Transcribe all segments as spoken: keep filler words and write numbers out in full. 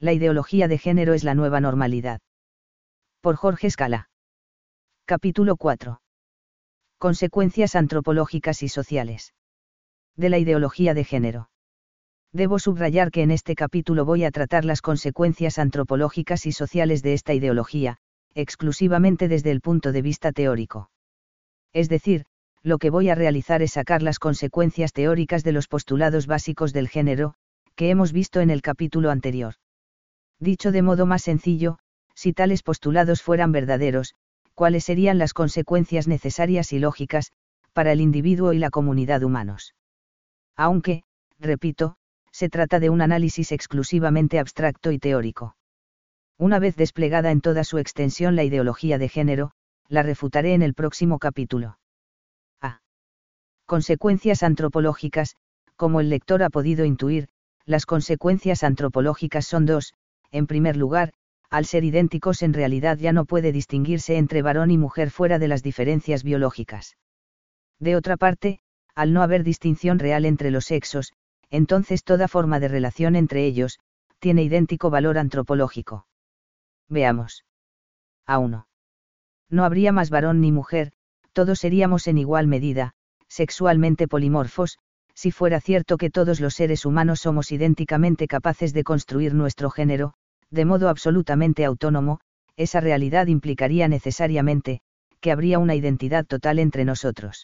La ideología de género es la nueva normalidad. Por Jorge Escala. Capítulo cuatro. Consecuencias antropológicas y sociales. De la ideología de género. Debo subrayar que en este capítulo voy a tratar las consecuencias antropológicas y sociales de esta ideología, exclusivamente desde el punto de vista teórico. Es decir, lo que voy a realizar es sacar las consecuencias teóricas de los postulados básicos del género, que hemos visto en el capítulo anterior. Dicho de modo más sencillo, si tales postulados fueran verdaderos, ¿cuáles serían las consecuencias necesarias y lógicas, para el individuo y la comunidad humanos? Aunque, repito, se trata de un análisis exclusivamente abstracto y teórico. Una vez desplegada en toda su extensión la ideología de género, la refutaré en el próximo capítulo. A. Consecuencias antropológicas. Como el lector ha podido intuir, las consecuencias antropológicas son dos. En primer lugar, al ser idénticos en realidad ya no puede distinguirse entre varón y mujer fuera de las diferencias biológicas. De otra parte, al no haber distinción real entre los sexos, entonces toda forma de relación entre ellos, tiene idéntico valor antropológico. Veamos. A uno. No habría más varón ni mujer, todos seríamos en igual medida, sexualmente polimorfos, si fuera cierto que todos los seres humanos somos idénticamente capaces de construir nuestro género, de modo absolutamente autónomo. Esa realidad implicaría necesariamente, que habría una identidad total entre nosotros.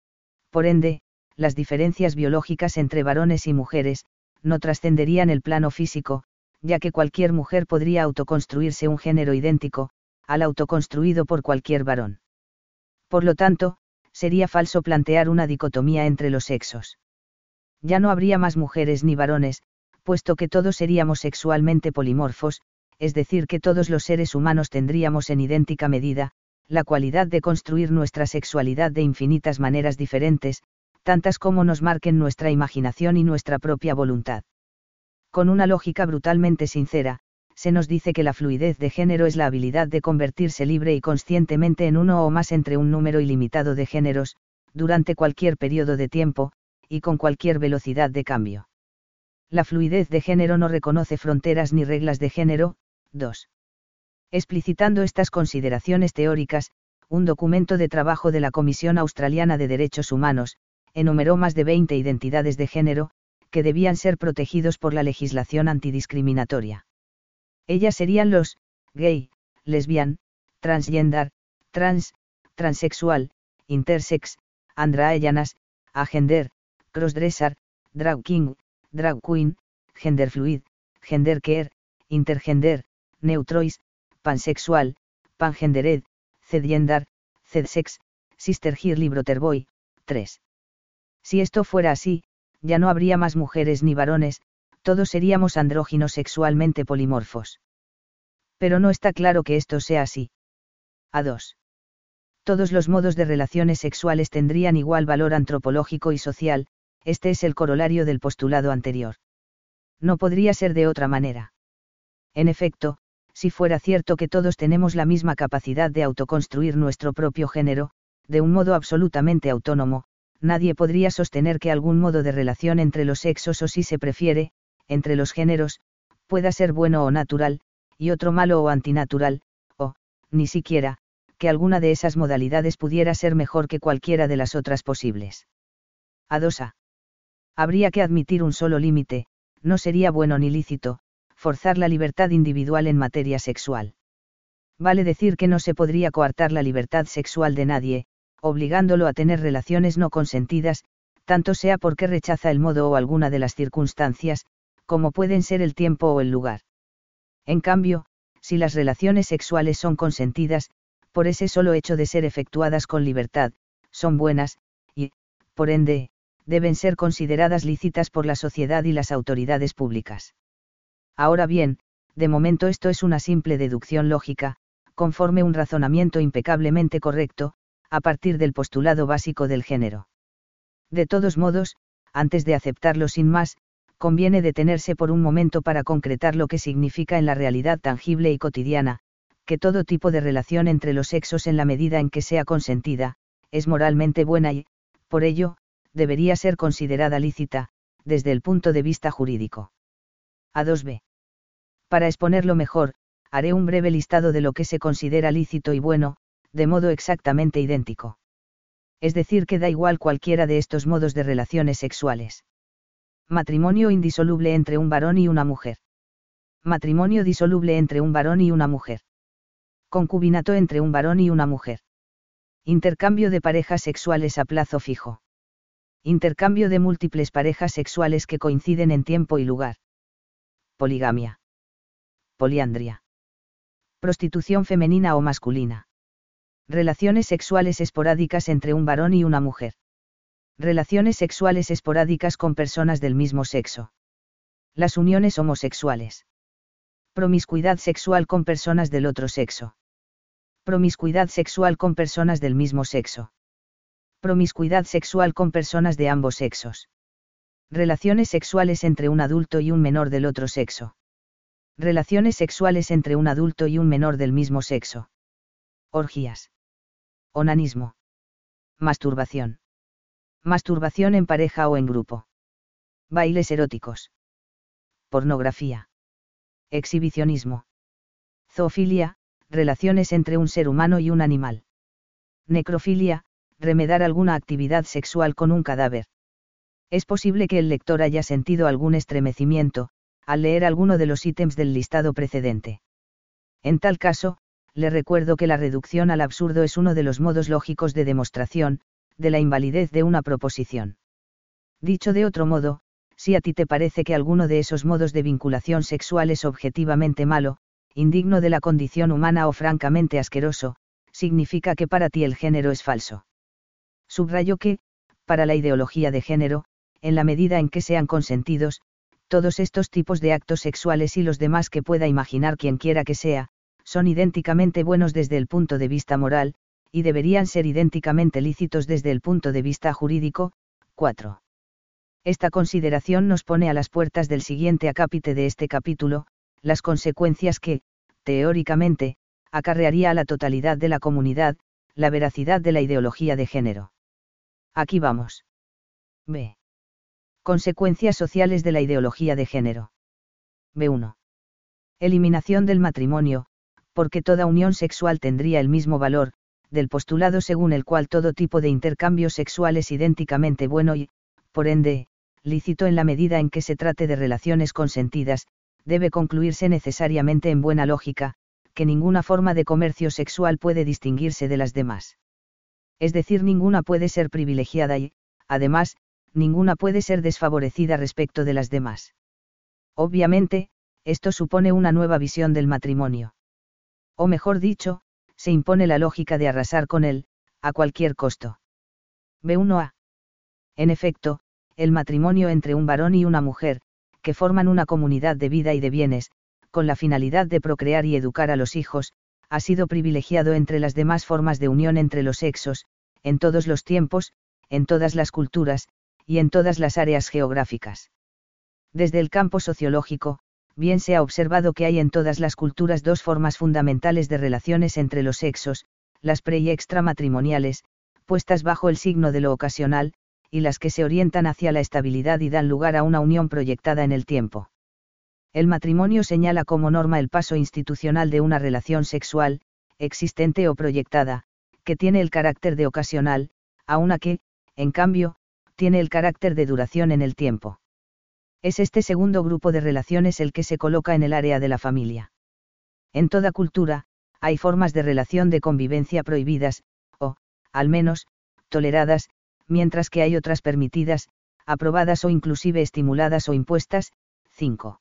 Por ende, las diferencias biológicas entre varones y mujeres, no trascenderían el plano físico, ya que cualquier mujer podría autoconstruirse un género idéntico, al autoconstruido por cualquier varón. Por lo tanto, sería falso plantear una dicotomía entre los sexos. Ya no habría más mujeres ni varones, puesto que todos seríamos sexualmente polimorfos, es decir que todos los seres humanos tendríamos en idéntica medida, la cualidad de construir nuestra sexualidad de infinitas maneras diferentes, tantas como nos marquen nuestra imaginación y nuestra propia voluntad. Con una lógica brutalmente sincera, se nos dice que la fluidez de género es la habilidad de convertirse libre y conscientemente en uno o más entre un número ilimitado de géneros, durante cualquier periodo de tiempo, y con cualquier velocidad de cambio. La fluidez de género no reconoce fronteras ni reglas de género. dos. Explicitando estas consideraciones teóricas, un documento de trabajo de la Comisión Australiana de Derechos Humanos, enumeró más de veinte identidades de género, que debían ser protegidos por la legislación antidiscriminatoria. Ellas serían los gay, lesbian, transgender, trans, transexual, intersex, androgynous, agender, crossdresser, drag king, drag queen, genderfluid, genderqueer, intergender, neutrois, pansexual, pangendered, zgender, zsex, sistergirl brotherboy. tres. Si esto fuera así, ya no habría más mujeres ni varones, todos seríamos andróginos sexualmente polimorfos. Pero no está claro que esto sea así. A dos. Todos los modos de relaciones sexuales tendrían igual valor antropológico y social. Este es el corolario del postulado anterior. No podría ser de otra manera. En efecto, si fuera cierto que todos tenemos la misma capacidad de autoconstruir nuestro propio género, de un modo absolutamente autónomo, nadie podría sostener que algún modo de relación entre los sexos o si se prefiere, entre los géneros, pueda ser bueno o natural, y otro malo o antinatural, o, ni siquiera, que alguna de esas modalidades pudiera ser mejor que cualquiera de las otras posibles. A dos a. Habría que admitir un solo límite, no sería bueno ni lícito, forzar la libertad individual en materia sexual. Vale decir que no se podría coartar la libertad sexual de nadie, obligándolo a tener relaciones no consentidas, tanto sea porque rechaza el modo o alguna de las circunstancias, como pueden ser el tiempo o el lugar. En cambio, si las relaciones sexuales son consentidas, por ese solo hecho de ser efectuadas con libertad, son buenas, y, por ende, deben ser consideradas lícitas por la sociedad y las autoridades públicas. Ahora bien, de momento esto es una simple deducción lógica, conforme un razonamiento impecablemente correcto, a partir del postulado básico del género. De todos modos, antes de aceptarlo sin más, conviene detenerse por un momento para concretar lo que significa en la realidad tangible y cotidiana, que todo tipo de relación entre los sexos en la medida en que sea consentida, es moralmente buena y, por ello, debería ser considerada lícita, desde el punto de vista jurídico. A dos b. Para exponerlo mejor, haré un breve listado de lo que se considera lícito y bueno, de modo exactamente idéntico. Es decir, que da igual cualquiera de estos modos de relaciones sexuales. Matrimonio indisoluble entre un varón y una mujer. Matrimonio disoluble entre un varón y una mujer. Concubinato entre un varón y una mujer. Intercambio de parejas sexuales a plazo fijo. Intercambio de múltiples parejas sexuales que coinciden en tiempo y lugar. Poligamia. Poliandria. Prostitución femenina o masculina. Relaciones sexuales esporádicas entre un varón y una mujer. Relaciones sexuales esporádicas con personas del mismo sexo. Las uniones homosexuales. Promiscuidad sexual con personas del otro sexo. Promiscuidad sexual con personas del mismo sexo. Promiscuidad sexual con personas de ambos sexos. Relaciones sexuales entre un adulto y un menor del otro sexo. Relaciones sexuales entre un adulto y un menor del mismo sexo. Orgías. Onanismo. Masturbación. Masturbación en pareja o en grupo. Bailes eróticos. Pornografía. Exhibicionismo. Zoofilia, relaciones entre un ser humano y un animal. Necrofilia, remedar alguna actividad sexual con un cadáver. Es posible que el lector haya sentido algún estremecimiento, al leer alguno de los ítems del listado precedente. En tal caso, le recuerdo que la reducción al absurdo es uno de los modos lógicos de demostración, de la invalidez de una proposición. Dicho de otro modo, si a ti te parece que alguno de esos modos de vinculación sexual es objetivamente malo, indigno de la condición humana o francamente asqueroso, significa que para ti el género es falso. Subrayo que, para la ideología de género, en la medida en que sean consentidos, todos estos tipos de actos sexuales y los demás que pueda imaginar quien quiera que sea, son idénticamente buenos desde el punto de vista moral, y deberían ser idénticamente lícitos desde el punto de vista jurídico. cuatro. Esta consideración nos pone a las puertas del siguiente acápite de este capítulo, las consecuencias que, teóricamente, acarrearía a la totalidad de la comunidad, la veracidad de la ideología de género. Aquí vamos. B. Consecuencias sociales de la ideología de género. B uno. Eliminación del matrimonio, porque toda unión sexual tendría el mismo valor, del postulado según el cual todo tipo de intercambio sexual es idénticamente bueno y, por ende, lícito en la medida en que se trate de relaciones consentidas, debe concluirse necesariamente en buena lógica, que ninguna forma de comercio sexual puede distinguirse de las demás. Es decir, ninguna puede ser privilegiada y, además, ninguna puede ser desfavorecida respecto de las demás. Obviamente, esto supone una nueva visión del matrimonio. O mejor dicho, se impone la lógica de arrasar con él, a cualquier costo. B uno A. En efecto, el matrimonio entre un varón y una mujer, que forman una comunidad de vida y de bienes, con la finalidad de procrear y educar a los hijos, ha sido privilegiado entre las demás formas de unión entre los sexos, en todos los tiempos, en todas las culturas, y en todas las áreas geográficas. Desde el campo sociológico, bien se ha observado que hay en todas las culturas dos formas fundamentales de relaciones entre los sexos, las pre- y extramatrimoniales, puestas bajo el signo de lo ocasional, y las que se orientan hacia la estabilidad y dan lugar a una unión proyectada en el tiempo. El matrimonio señala como norma el paso institucional de una relación sexual, existente o proyectada, que tiene el carácter de ocasional, a una que, en cambio, tiene el carácter de duración en el tiempo. Es este segundo grupo de relaciones el que se coloca en el área de la familia. En toda cultura, hay formas de relación de convivencia prohibidas, o, al menos, toleradas, mientras que hay otras permitidas, aprobadas o inclusive estimuladas o impuestas. cinco.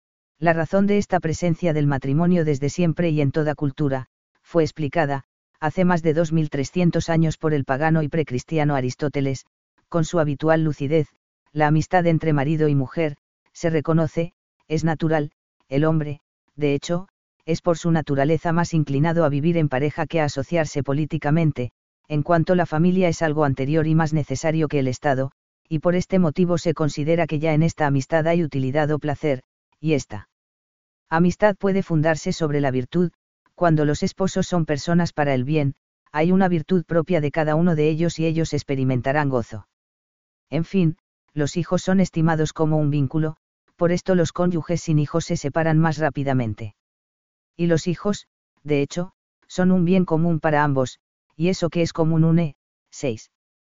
La razón de esta presencia del matrimonio desde siempre y en toda cultura, fue explicada, hace más de dos mil trescientos años por el pagano y precristiano Aristóteles, con su habitual lucidez. La amistad entre marido y mujer, se reconoce, es natural, el hombre, de hecho, es por su naturaleza más inclinado a vivir en pareja que a asociarse políticamente, en cuanto la familia es algo anterior y más necesario que el Estado, y por este motivo se considera que ya en esta amistad hay utilidad o placer, y esta amistad puede fundarse sobre la virtud. Cuando los esposos son personas para el bien, hay una virtud propia de cada uno de ellos y ellos experimentarán gozo. En fin, los hijos son estimados como un vínculo, por esto los cónyuges sin hijos se separan más rápidamente. Y los hijos, de hecho, son un bien común para ambos, y eso que es común une. seis.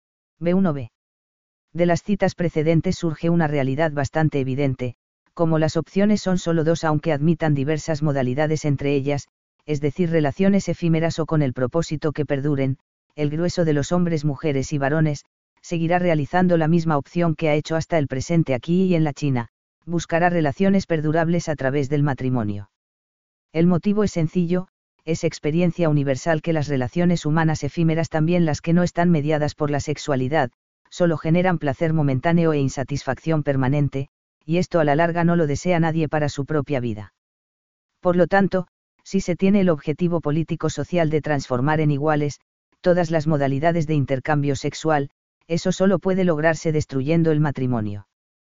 B uno b. De las citas precedentes surge una realidad bastante evidente, como las opciones son solo dos aunque admitan diversas modalidades entre ellas, es decir, relaciones efímeras o con el propósito que perduren, el grueso de los hombres, mujeres y varones, seguirá realizando la misma opción que ha hecho hasta el presente aquí y en la China, buscará relaciones perdurables a través del matrimonio. El motivo es sencillo, es experiencia universal que las relaciones humanas efímeras, también las que no están mediadas por la sexualidad, solo generan placer momentáneo e insatisfacción permanente, y esto a la larga no lo desea nadie para su propia vida. Por lo tanto, si se tiene el objetivo político-social de transformar en iguales todas las modalidades de intercambio sexual, eso solo puede lograrse destruyendo el matrimonio.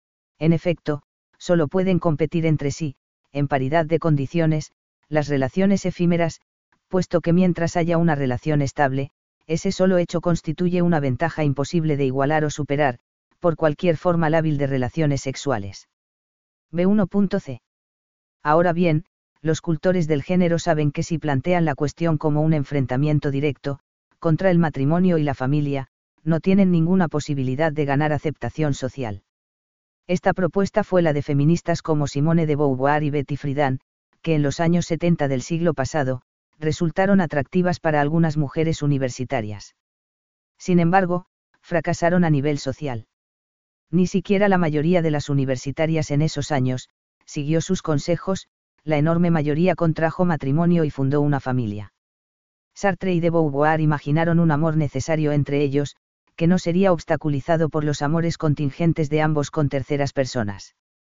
En efecto, solo pueden competir entre sí, en paridad de condiciones, las relaciones efímeras, puesto que mientras haya una relación estable, ese solo hecho constituye una ventaja imposible de igualar o superar, por cualquier forma lábil de relaciones sexuales. B uno punto c. Ahora bien, los cultores del género saben que si plantean la cuestión como un enfrentamiento directo, contra el matrimonio y la familia, no tienen ninguna posibilidad de ganar aceptación social. Esta propuesta fue la de feministas como Simone de Beauvoir y Betty Friedan, que en los años setenta del siglo pasado, resultaron atractivas para algunas mujeres universitarias. Sin embargo, fracasaron a nivel social. Ni siquiera la mayoría de las universitarias en esos años siguió sus consejos, la enorme mayoría contrajo matrimonio y fundó una familia. Sartre y de Beauvoir imaginaron un amor necesario entre ellos, que no sería obstaculizado por los amores contingentes de ambos con terceras personas.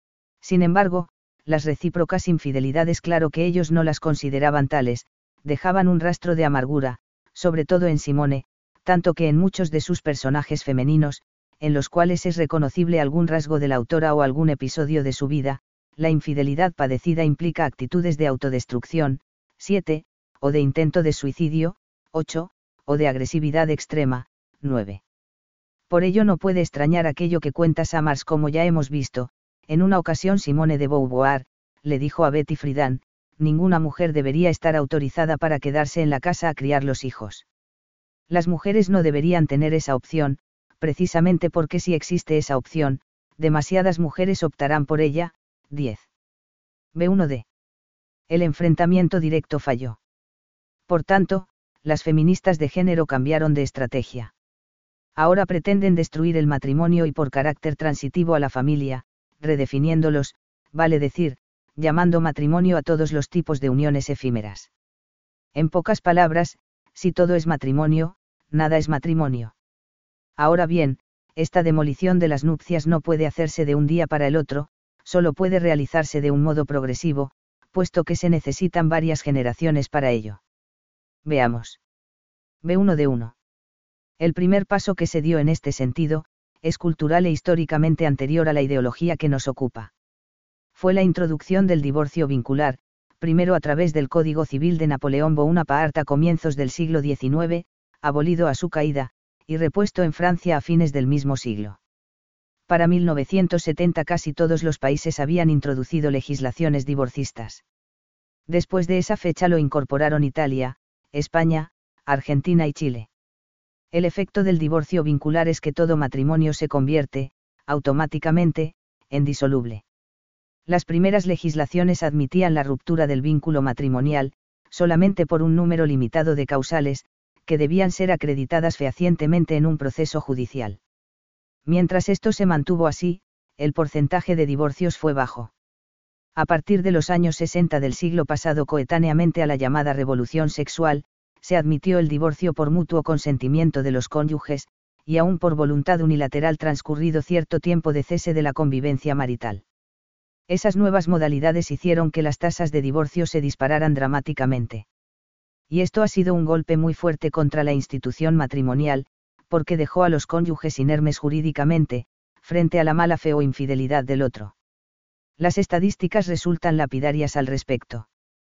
Sin embargo, las recíprocas infidelidades, claro que ellos no las consideraban tales, dejaban un rastro de amargura, sobre todo en Simone, tanto que en muchos de sus personajes femeninos, en los cuales es reconocible algún rasgo de la autora o algún episodio de su vida, la infidelidad padecida implica actitudes de autodestrucción, siete, o de intento de suicidio, ocho, o de agresividad extrema, nueve. Por ello no puede extrañar aquello que cuenta Summers, como ya hemos visto. En una ocasión Simone de Beauvoir le dijo a Betty Friedan: ninguna mujer debería estar autorizada para quedarse en la casa a criar los hijos. Las mujeres no deberían tener esa opción, precisamente porque si existe esa opción, demasiadas mujeres optarán por ella. diez. B uno d. El enfrentamiento directo falló. Por tanto, las feministas de género cambiaron de estrategia. Ahora pretenden destruir el matrimonio y por carácter transitivo a la familia, redefiniéndolos, vale decir, llamando matrimonio a todos los tipos de uniones efímeras. En pocas palabras, si todo es matrimonio, nada es matrimonio. Ahora bien, esta demolición de las nupcias no puede hacerse de un día para el otro, solo puede realizarse de un modo progresivo, puesto que se necesitan varias generaciones para ello. Veamos. B uno d uno. El primer paso que se dio en este sentido, es cultural e históricamente anterior a la ideología que nos ocupa. Fue la introducción del divorcio vincular, primero a través del Código Civil de Napoleón Bonaparte a comienzos del siglo diecinueve, abolido a su caída, y repuesto en Francia a fines del mismo siglo. Para mil novecientos setenta casi todos los países habían introducido legislaciones divorcistas. Después de esa fecha lo incorporaron Italia, España, Argentina y Chile. El efecto del divorcio vincular es que todo matrimonio se convierte, automáticamente, en disoluble. Las primeras legislaciones admitían la ruptura del vínculo matrimonial, solamente por un número limitado de causales, que debían ser acreditadas fehacientemente en un proceso judicial. Mientras esto se mantuvo así, el porcentaje de divorcios fue bajo. A partir de los años sesenta del siglo pasado, coetáneamente a la llamada revolución sexual, se admitió el divorcio por mutuo consentimiento de los cónyuges, y aún por voluntad unilateral transcurrido cierto tiempo de cese de la convivencia marital. Esas nuevas modalidades hicieron que las tasas de divorcio se dispararan dramáticamente. Y esto ha sido un golpe muy fuerte contra la institución matrimonial, porque dejó a los cónyuges inermes jurídicamente, frente a la mala fe o infidelidad del otro. Las estadísticas resultan lapidarias al respecto.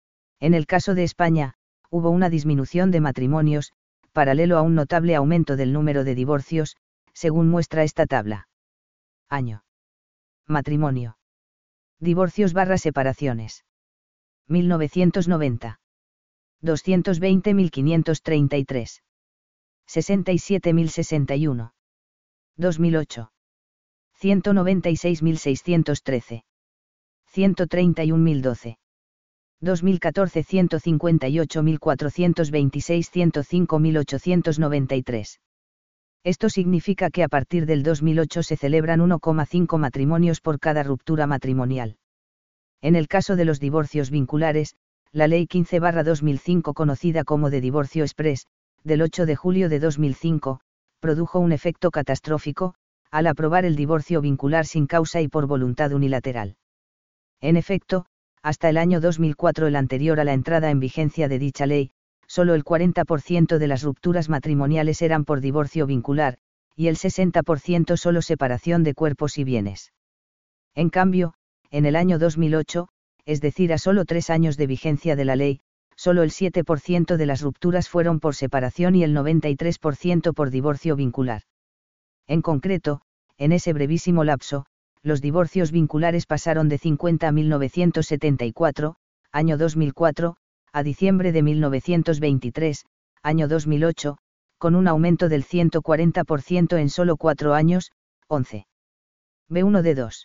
En el caso de España, hubo una disminución de matrimonios, paralelo a un notable aumento del número de divorcios, según muestra esta tabla. Año. Matrimonio. Divorcios barra separaciones. mil novecientos noventa. doscientos veinte mil quinientos treinta y tres. sesenta y siete mil sesenta y uno. dos mil ocho. ciento noventa y seis mil seiscientos trece. ciento treinta y un mil doce. dos mil catorce ciento cincuenta y ocho mil cuatrocientos veintiséis ciento cinco mil ochocientos noventa y tres. Esto significa que a partir del dos mil ocho se celebran uno coma cinco matrimonios por cada ruptura matrimonial. En el caso de los divorcios vinculares, la Ley quince barra dos mil cinco, conocida como de divorcio exprés, del ocho de julio de dos mil cinco, produjo un efecto catastrófico, al aprobar el divorcio vincular sin causa y por voluntad unilateral. En efecto, hasta el año dos mil cuatro, el anterior a la entrada en vigencia de dicha ley, solo el cuarenta por ciento de las rupturas matrimoniales eran por divorcio vincular, y el sesenta por ciento solo separación de cuerpos y bienes. En cambio, en el año dos mil ocho, es decir, a solo tres años de vigencia de la ley, solo el siete por ciento de las rupturas fueron por separación y el noventa y tres por ciento por divorcio vincular. En concreto, en ese brevísimo lapso, los divorcios vinculares pasaron de cincuenta a mil novecientos setenta y cuatro, año dos mil cuatro, a diciembre de mil novecientos veintitrés, año dos mil ocho, con un aumento del ciento cuarenta por ciento en solo cuatro años, once. B uno D dos.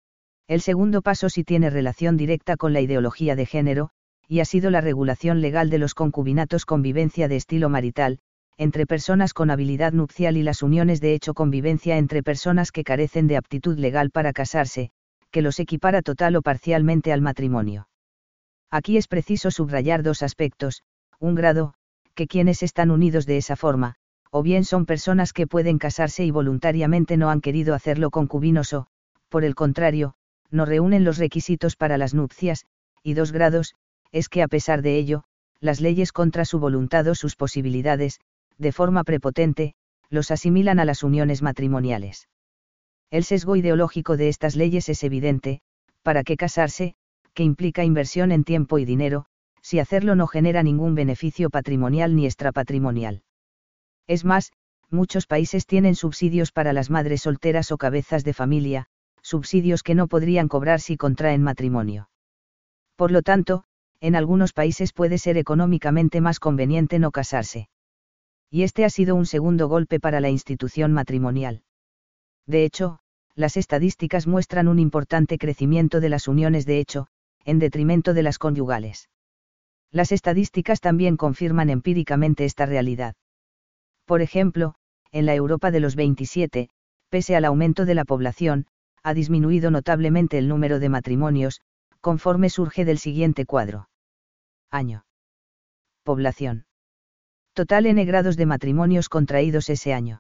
El segundo paso sí tiene relación directa con la ideología de género, y ha sido la regulación legal de los concubinatos, convivencia de estilo marital, entre personas con habilidad nupcial, y las uniones de hecho, convivencia entre personas que carecen de aptitud legal para casarse, que los equipara total o parcialmente al matrimonio. Aquí es preciso subrayar dos aspectos: un grado, que quienes están unidos de esa forma, o bien son personas que pueden casarse y voluntariamente no han querido hacerlo concubinos o, por el contrario, no reúnen los requisitos para las nupcias, y dos grados, es que a pesar de ello, las leyes contra su voluntad o sus posibilidades, de forma prepotente, los asimilan a las uniones matrimoniales. El sesgo ideológico de estas leyes es evidente: ¿para qué casarse?, que implica inversión en tiempo y dinero, si hacerlo no genera ningún beneficio patrimonial ni extrapatrimonial. Es más, muchos países tienen subsidios para las madres solteras o cabezas de familia, subsidios que no podrían cobrar si contraen matrimonio. Por lo tanto, en algunos países puede ser económicamente más conveniente no casarse. Y este ha sido un segundo golpe para la institución matrimonial. De hecho, las estadísticas muestran un importante crecimiento de las uniones de hecho, en detrimento de las conyugales. Las estadísticas también confirman empíricamente esta realidad. Por ejemplo, en la Europa de los veintisiete, pese al aumento de la población, ha disminuido notablemente el número de matrimonios, conforme surge del siguiente cuadro. Año. Población. Total N grados de matrimonios contraídos ese año.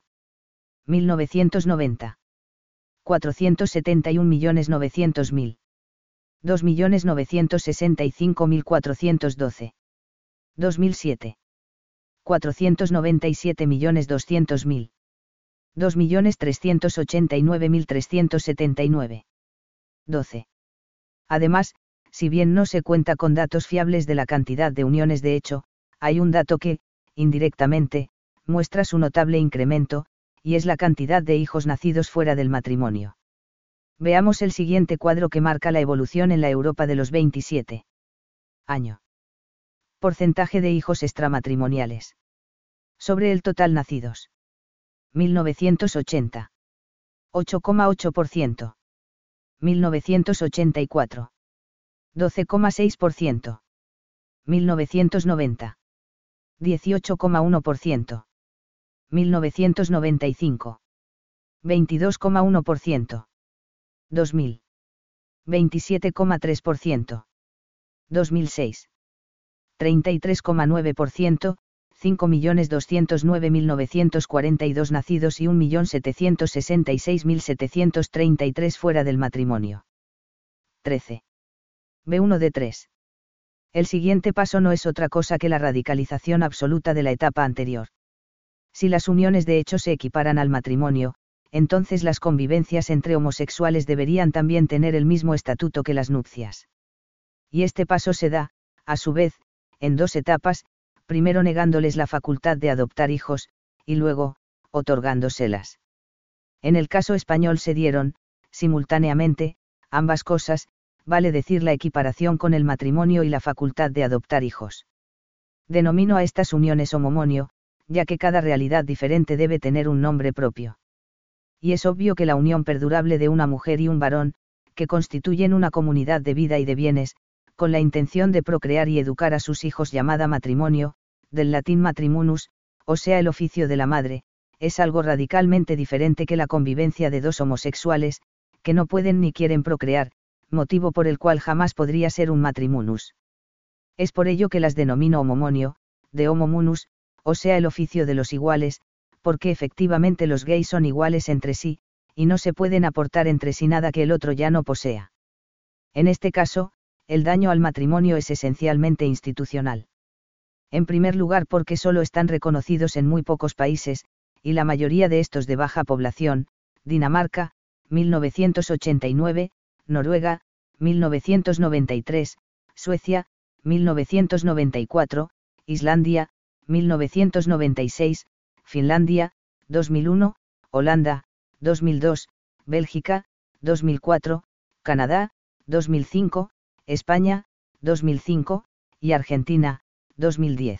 mil novecientos noventa. cuatrocientos setenta y un millones novecientos mil. dos millones novecientos sesenta y cinco mil cuatrocientos doce. dos mil siete. cuatrocientos noventa y siete millones doscientos mil. dos millones trescientos ochenta y nueve mil trescientos setenta y nueve. doce. Además, si bien no se cuenta con datos fiables de la cantidad de uniones de hecho, hay un dato que, indirectamente, muestra su notable incremento, y es la cantidad de hijos nacidos fuera del matrimonio. Veamos el siguiente cuadro que marca la evolución en la Europa de los veintisiete. Año. Porcentaje de hijos extramatrimoniales. Sobre el total nacidos. mil novecientos ochenta. ocho coma ocho por ciento. mil novecientos ochenta y cuatro. doce coma seis por ciento. mil novecientos noventa. dieciocho coma uno por ciento. mil novecientos noventa y cinco. veintidós coma uno por ciento. dos mil. veintisiete coma tres por ciento. dos mil seis. treinta y tres coma nueve por ciento, cinco millones doscientos nueve mil novecientos cuarenta y dos nacidos y un millón setecientos sesenta y seis mil setecientos treinta y tres fuera del matrimonio. trece. B uno D tres. El siguiente paso no es otra cosa que la radicalización absoluta de la etapa anterior. Si las uniones de hecho se equiparan al matrimonio, entonces las convivencias entre homosexuales deberían también tener el mismo estatuto que las nupcias. Y este paso se da, a su vez, en dos etapas: primero negándoles la facultad de adoptar hijos, y luego, otorgándoselas. En el caso español se dieron, simultáneamente, ambas cosas, vale decir la equiparación con el matrimonio y la facultad de adoptar hijos. Denomino a estas uniones homomonio, ya que cada realidad diferente debe tener un nombre propio. Y es obvio que la unión perdurable de una mujer y un varón, que constituyen una comunidad de vida y de bienes, con la intención de procrear y educar a sus hijos llamada matrimonio, del latín matrimunus, o sea el oficio de la madre, es algo radicalmente diferente que la convivencia de dos homosexuales, que no pueden ni quieren procrear, motivo por el cual jamás podría ser un matrimunus. Es por ello que las denomino homomonio, de homomunus, o sea el oficio de los iguales, porque efectivamente los gays son iguales entre sí, y no se pueden aportar entre sí nada que el otro ya no posea. En este caso, el daño al matrimonio es esencialmente institucional. En primer lugar porque solo están reconocidos en muy pocos países, y la mayoría de estos de baja población: Dinamarca, mil novecientos ochenta y nueve, Noruega, mil novecientos noventa y tres, Suecia, mil novecientos noventa y cuatro, Islandia, mil novecientos noventa y seis, Finlandia, dos mil uno, Holanda, dos mil dos, Bélgica, dos mil cuatro, Canadá, dos mil cinco, España, dos mil cinco, y Argentina, dos mil diez.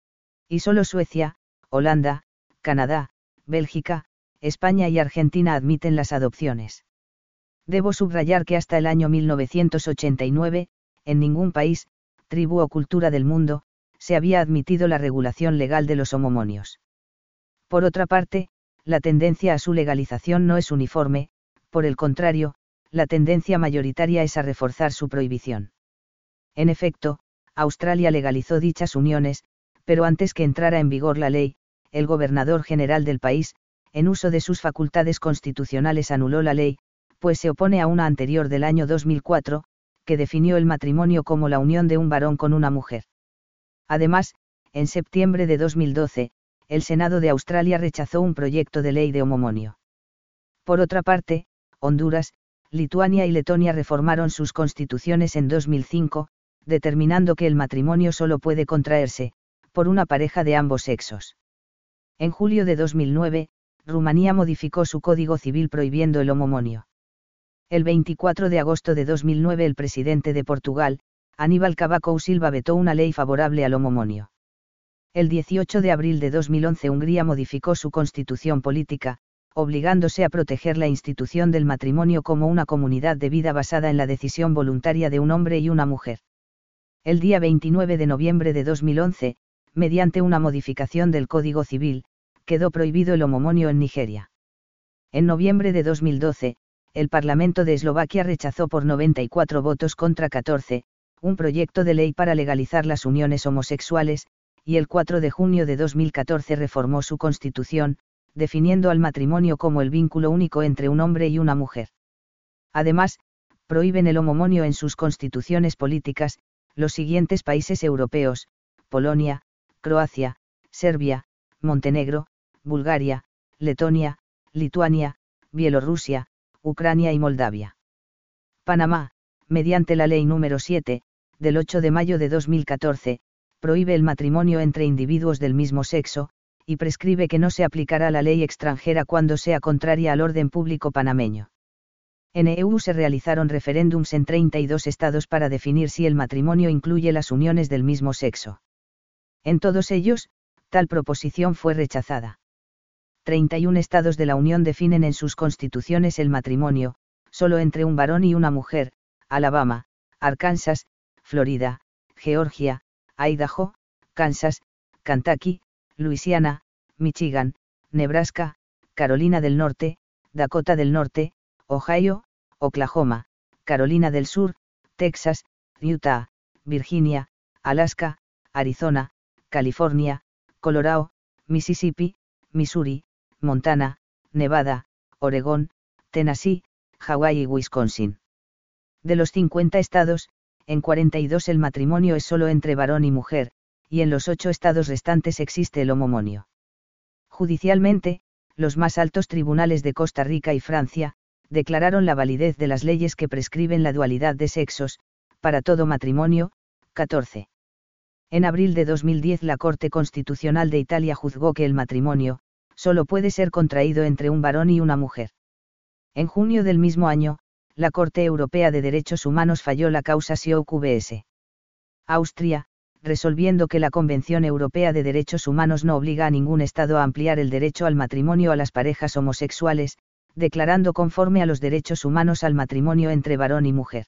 Y solo Suecia, Holanda, Canadá, Bélgica, España y Argentina admiten las adopciones. Debo subrayar que hasta el año mil novecientos ochenta y nueve, en ningún país, tribu o cultura del mundo, se había admitido la regulación legal de los homomonios. Por otra parte, la tendencia a su legalización no es uniforme, por el contrario, la tendencia mayoritaria es a reforzar su prohibición. En efecto, Australia legalizó dichas uniones, pero antes que entrara en vigor la ley, el gobernador general del país, en uso de sus facultades constitucionales, anuló la ley, pues se opone a una anterior del año dos mil cuatro, que definió el matrimonio como la unión de un varón con una mujer. Además, en septiembre de dos mil doce, el Senado de Australia rechazó un proyecto de ley de homomonio. Por otra parte, Honduras, Lituania y Letonia reformaron sus constituciones en dos mil cinco, determinando que el matrimonio solo puede contraerse, por una pareja de ambos sexos. En julio de dos mil nueve, Rumanía modificó su Código Civil prohibiendo el homomonio. El veinticuatro de agosto de dos mil nueve el presidente de Portugal, Aníbal Cavaco Silva, vetó una ley favorable al homomonio. El dieciocho de abril de dos mil once Hungría modificó su constitución política, obligándose a proteger la institución del matrimonio como una comunidad de vida basada en la decisión voluntaria de un hombre y una mujer. El día veintinueve de noviembre de dos mil once, mediante una modificación del Código Civil, quedó prohibido el homomonio en Nigeria. En noviembre de dos mil doce, el Parlamento de Eslovaquia rechazó por noventa y cuatro votos contra catorce, un proyecto de ley para legalizar las uniones homosexuales, y el cuatro de junio de dos mil catorce reformó su constitución, definiendo al matrimonio como el vínculo único entre un hombre y una mujer. Además, prohíben el homomonio en sus constituciones políticas, los siguientes países europeos: Polonia, Croacia, Serbia, Montenegro, Bulgaria, Letonia, Lituania, Bielorrusia, Ucrania y Moldavia. Panamá, mediante la Ley número siete, del ocho de mayo de dos mil catorce, prohíbe el matrimonio entre individuos del mismo sexo, y prescribe que no se aplicará la ley extranjera cuando sea contraria al orden público panameño. En E U se realizaron referéndums en treinta y dos estados para definir si el matrimonio incluye las uniones del mismo sexo. En todos ellos, tal proposición fue rechazada. treinta y un estados de la Unión definen en sus constituciones el matrimonio, solo entre un varón y una mujer: Alabama, Arkansas, Florida, Georgia, Idaho, Kansas, Kentucky, Luisiana, Michigan, Nebraska, Carolina del Norte, Dakota del Norte, Ohio, Oklahoma, Carolina del Sur, Texas, Utah, Virginia, Alaska, Arizona, California, Colorado, Mississippi, Missouri, Montana, Nevada, Oregón, Tennessee, Hawái y Wisconsin. De los cincuenta estados, en cuarenta y dos el matrimonio es solo entre varón y mujer, y en los ocho estados restantes existe el homomonio. Judicialmente, los más altos tribunales de Costa Rica y Francia declararon la validez de las leyes que prescriben la dualidad de sexos, para todo matrimonio. catorce. En abril de dos mil diez la Corte Constitucional de Italia juzgó que el matrimonio solo puede ser contraído entre un varón y una mujer. En junio del mismo año, la Corte Europea de Derechos Humanos falló la causa Siouk vs. Austria, resolviendo que la Convención Europea de Derechos Humanos no obliga a ningún Estado a ampliar el derecho al matrimonio a las parejas homosexuales, declarando conforme a los derechos humanos al matrimonio entre varón y mujer.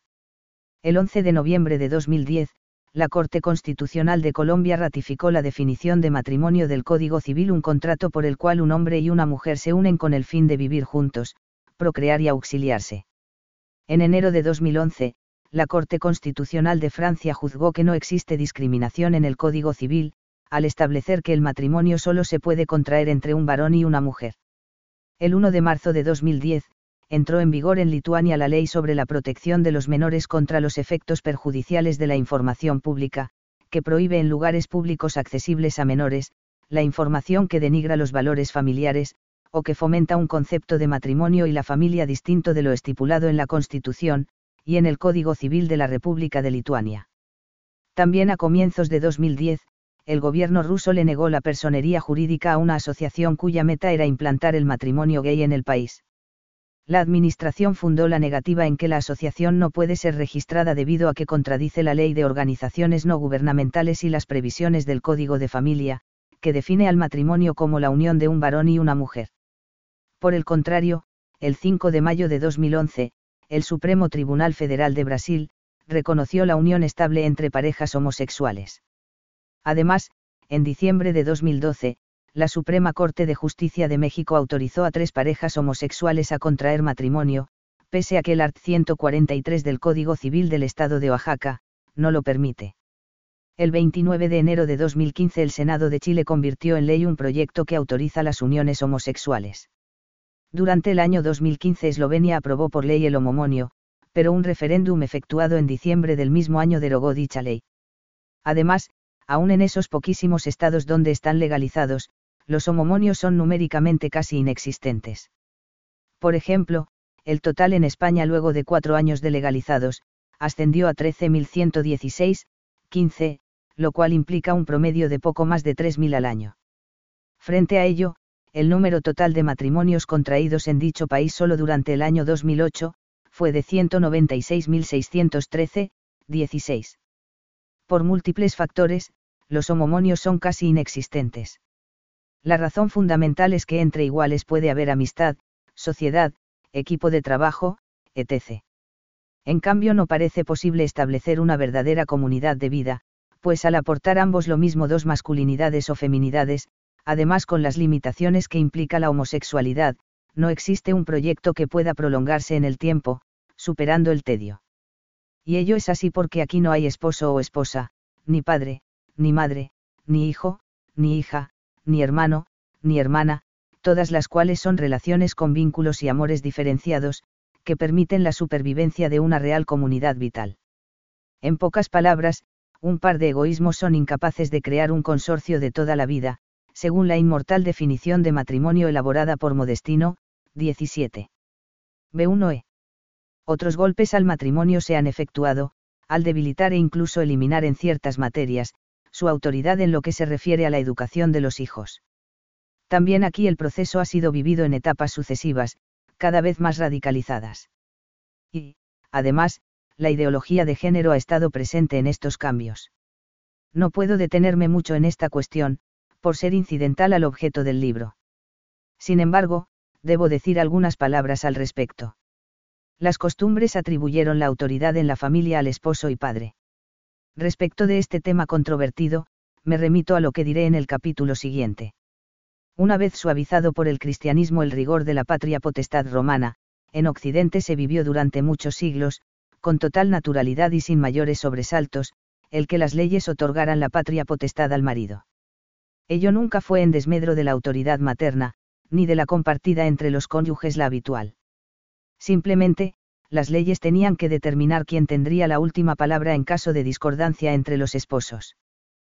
El once de noviembre de dos mil diez, la Corte Constitucional de Colombia ratificó la definición de matrimonio del Código Civil, un contrato por el cual un hombre y una mujer se unen con el fin de vivir juntos, procrear y auxiliarse. En enero de dos mil once, la Corte Constitucional de Francia juzgó que no existe discriminación en el Código Civil, al establecer que el matrimonio solo se puede contraer entre un varón y una mujer. El uno de marzo de dos mil diez, entró en vigor en Lituania la Ley sobre la protección de los menores contra los efectos perjudiciales de la información pública, que prohíbe en lugares públicos accesibles a menores, la información que denigra los valores familiares, o que fomenta un concepto de matrimonio y la familia distinto de lo estipulado en la Constitución, y en el Código Civil de la República de Lituania. También a comienzos de dos mil diez, el gobierno ruso le negó la personería jurídica a una asociación cuya meta era implantar el matrimonio gay en el país. La administración fundó la negativa en que la asociación no puede ser registrada debido a que contradice la ley de organizaciones no gubernamentales y las previsiones del Código de Familia, que define al matrimonio como la unión de un varón y una mujer. Por el contrario, el cinco de mayo de dos mil once, el Supremo Tribunal Federal de Brasil reconoció la unión estable entre parejas homosexuales. Además, en diciembre de dos mil doce, la Suprema Corte de Justicia de México autorizó a tres parejas homosexuales a contraer matrimonio, pese a que el artículo ciento cuarenta y tres del Código Civil del Estado de Oaxaca no lo permite. El veintinueve de enero de dos mil quince el Senado de Chile convirtió en ley un proyecto que autoriza las uniones homosexuales. Durante el año dos mil quince Eslovenia aprobó por ley el homomonio, pero un referéndum efectuado en diciembre del mismo año derogó dicha ley. Además, aún en esos poquísimos estados donde están legalizados, los homomonios son numéricamente casi inexistentes. Por ejemplo, el total en España luego de cuatro años de legalizados, ascendió a trece mil ciento dieciséis, quince, lo cual implica un promedio de poco más de tres mil al año. Frente a ello, el número total de matrimonios contraídos en dicho país solo durante el año dos mil ocho, fue de ciento noventa y seis mil seiscientos trece, dieciséis. Por múltiples factores, los homomonios son casi inexistentes. La razón fundamental es que entre iguales puede haber amistad, sociedad, equipo de trabajo, etcétera. En cambio no parece posible establecer una verdadera comunidad de vida, pues al aportar ambos lo mismo dos masculinidades o feminidades, además con las limitaciones que implica la homosexualidad, no existe un proyecto que pueda prolongarse en el tiempo, superando el tedio. Y ello es así porque aquí no hay esposo o esposa, ni padre, ni madre, ni hijo, ni hija, ni hermano, ni hermana, todas las cuales son relaciones con vínculos y amores diferenciados, que permiten la supervivencia de una real comunidad vital. En pocas palabras, un par de egoísmos son incapaces de crear un consorcio de toda la vida, según la inmortal definición de matrimonio elaborada por Modestino, diecisiete. B uno e. Otros golpes al matrimonio se han efectuado, al debilitar e incluso eliminar en ciertas materias, su autoridad en lo que se refiere a la educación de los hijos. También aquí el proceso ha sido vivido en etapas sucesivas, cada vez más radicalizadas. Y, además, la ideología de género ha estado presente en estos cambios. No puedo detenerme mucho en esta cuestión, por ser incidental al objeto del libro. Sin embargo, debo decir algunas palabras al respecto. Las costumbres atribuyeron la autoridad en la familia al esposo y padre. Respecto de este tema controvertido, me remito a lo que diré en el capítulo siguiente. Una vez suavizado por el cristianismo el rigor de la patria potestad romana, en Occidente se vivió durante muchos siglos, con total naturalidad y sin mayores sobresaltos, el que las leyes otorgaran la patria potestad al marido. Ello nunca fue en desmedro de la autoridad materna, ni de la compartida entre los cónyuges la habitual. Simplemente, las leyes tenían que determinar quién tendría la última palabra en caso de discordancia entre los esposos.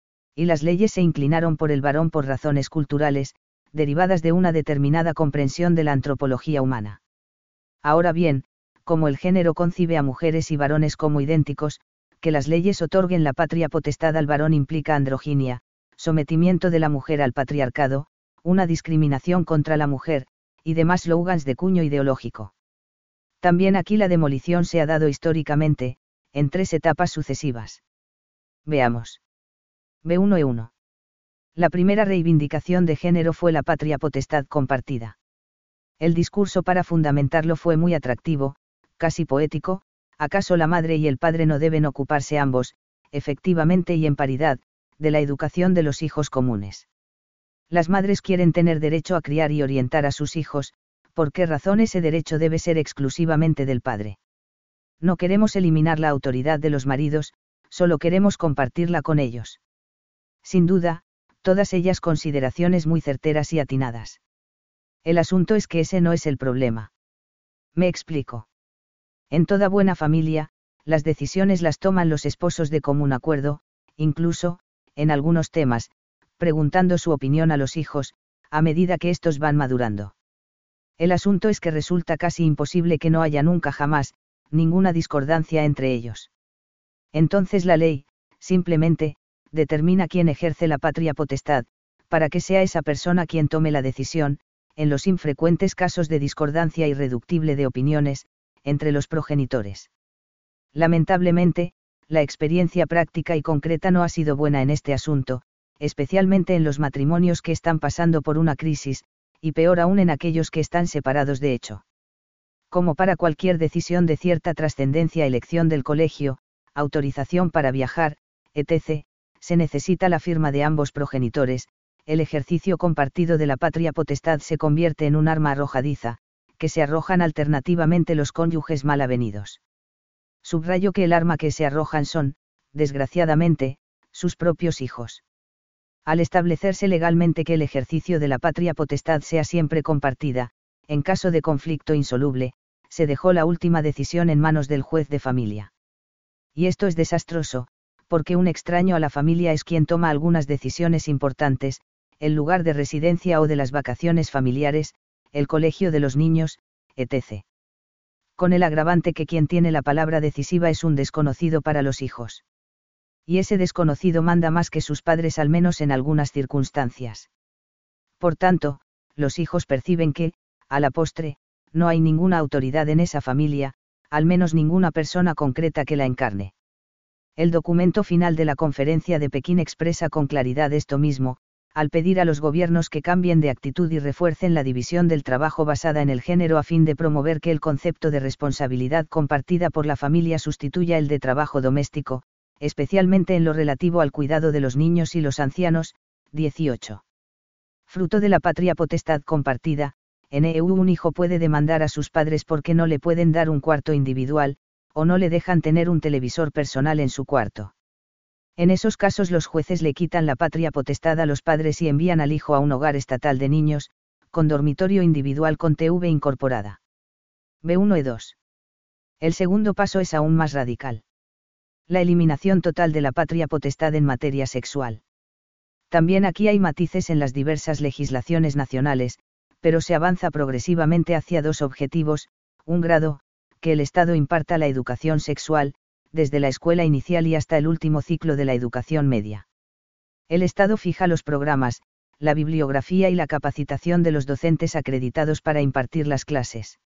Y las leyes se inclinaron por el varón por razones culturales, derivadas de una determinada comprensión de la antropología humana. Ahora bien, como el género concibe a mujeres y varones como idénticos, que las leyes otorguen la patria potestad al varón implica androginia, sometimiento de la mujer al patriarcado, una discriminación contra la mujer, y demás slogans de cuño ideológico. También aquí la demolición se ha dado históricamente, en tres etapas sucesivas. Veamos. B uno E uno. La primera reivindicación de género fue la patria potestad compartida. El discurso para fundamentarlo fue muy atractivo, casi poético. ¿Acaso la madre y el padre no deben ocuparse ambos, efectivamente y en paridad, de la educación de los hijos comunes? Las madres quieren tener derecho a criar y orientar a sus hijos. ¿Por qué razón ese derecho debe ser exclusivamente del padre? No queremos eliminar la autoridad de los maridos, solo queremos compartirla con ellos. Sin duda, todas ellas consideraciones muy certeras y atinadas. El asunto es que ese no es el problema. Me explico. En toda buena familia, las decisiones las toman los esposos de común acuerdo, incluso, en algunos temas, preguntando su opinión a los hijos, a medida que estos van madurando. El asunto es que resulta casi imposible que no haya nunca jamás, ninguna discordancia entre ellos. Entonces la ley, simplemente, determina quién ejerce la patria potestad, para que sea esa persona quien tome la decisión, en los infrecuentes casos de discordancia irreductible de opiniones, entre los progenitores. Lamentablemente, la experiencia práctica y concreta no ha sido buena en este asunto, especialmente en los matrimonios que están pasando por una crisis, y peor aún en aquellos que están separados de hecho. Como para cualquier decisión de cierta trascendencia, elección del colegio, autorización para viajar, etcétera, se necesita la firma de ambos progenitores. El ejercicio compartido de la patria potestad se convierte en un arma arrojadiza, que se arrojan alternativamente los cónyuges mal avenidos. Subrayo que el arma que se arrojan son, desgraciadamente, sus propios hijos. Al establecerse legalmente que el ejercicio de la patria potestad sea siempre compartida, en caso de conflicto insoluble, se dejó la última decisión en manos del juez de familia. Y esto es desastroso, porque un extraño a la familia es quien toma algunas decisiones importantes, el lugar de residencia o de las vacaciones familiares, el colegio de los niños, etcétera. Con el agravante que quien tiene la palabra decisiva es un desconocido para los hijos. Y ese desconocido manda más que sus padres, al menos en algunas circunstancias. Por tanto, los hijos perciben que, a la postre, no hay ninguna autoridad en esa familia, al menos ninguna persona concreta que la encarne. El documento final de la Conferencia de Pekín expresa con claridad esto mismo, al pedir a los gobiernos que cambien de actitud y refuercen la división del trabajo basada en el género a fin de promover que el concepto de responsabilidad compartida por la familia sustituya el de trabajo doméstico, especialmente en lo relativo al cuidado de los niños y los ancianos. dieciocho. Fruto de la patria potestad compartida, en E U un hijo puede demandar a sus padres porque no le pueden dar un cuarto individual, o no le dejan tener un televisor personal en su cuarto. En esos casos los jueces le quitan la patria potestad a los padres y envían al hijo a un hogar estatal de niños, con dormitorio individual con T V incorporada. B uno E dos. El segundo paso es aún más radical. La eliminación total de la patria potestad en materia sexual. También aquí hay matices en las diversas legislaciones nacionales, pero se avanza progresivamente hacia dos objetivos: un grado, que el Estado imparta la educación sexual, desde la escuela inicial y hasta el último ciclo de la educación media. El Estado fija los programas, la bibliografía y la capacitación de los docentes acreditados para impartir las clases.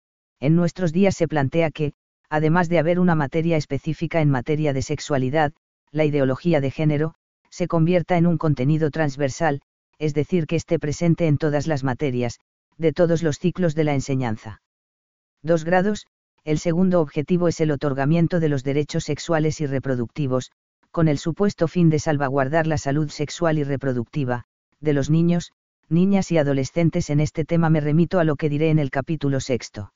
En nuestros días se plantea que, además de haber una materia específica en materia de sexualidad, la ideología de género, se convierta en un contenido transversal, es decir, que esté presente en todas las materias, de todos los ciclos de la enseñanza. Dos grados. El segundo objetivo es el otorgamiento de los derechos sexuales y reproductivos, con el supuesto fin de salvaguardar la salud sexual y reproductiva, de los niños, niñas y adolescentes. En este tema me remito a lo que diré en el capítulo sexto.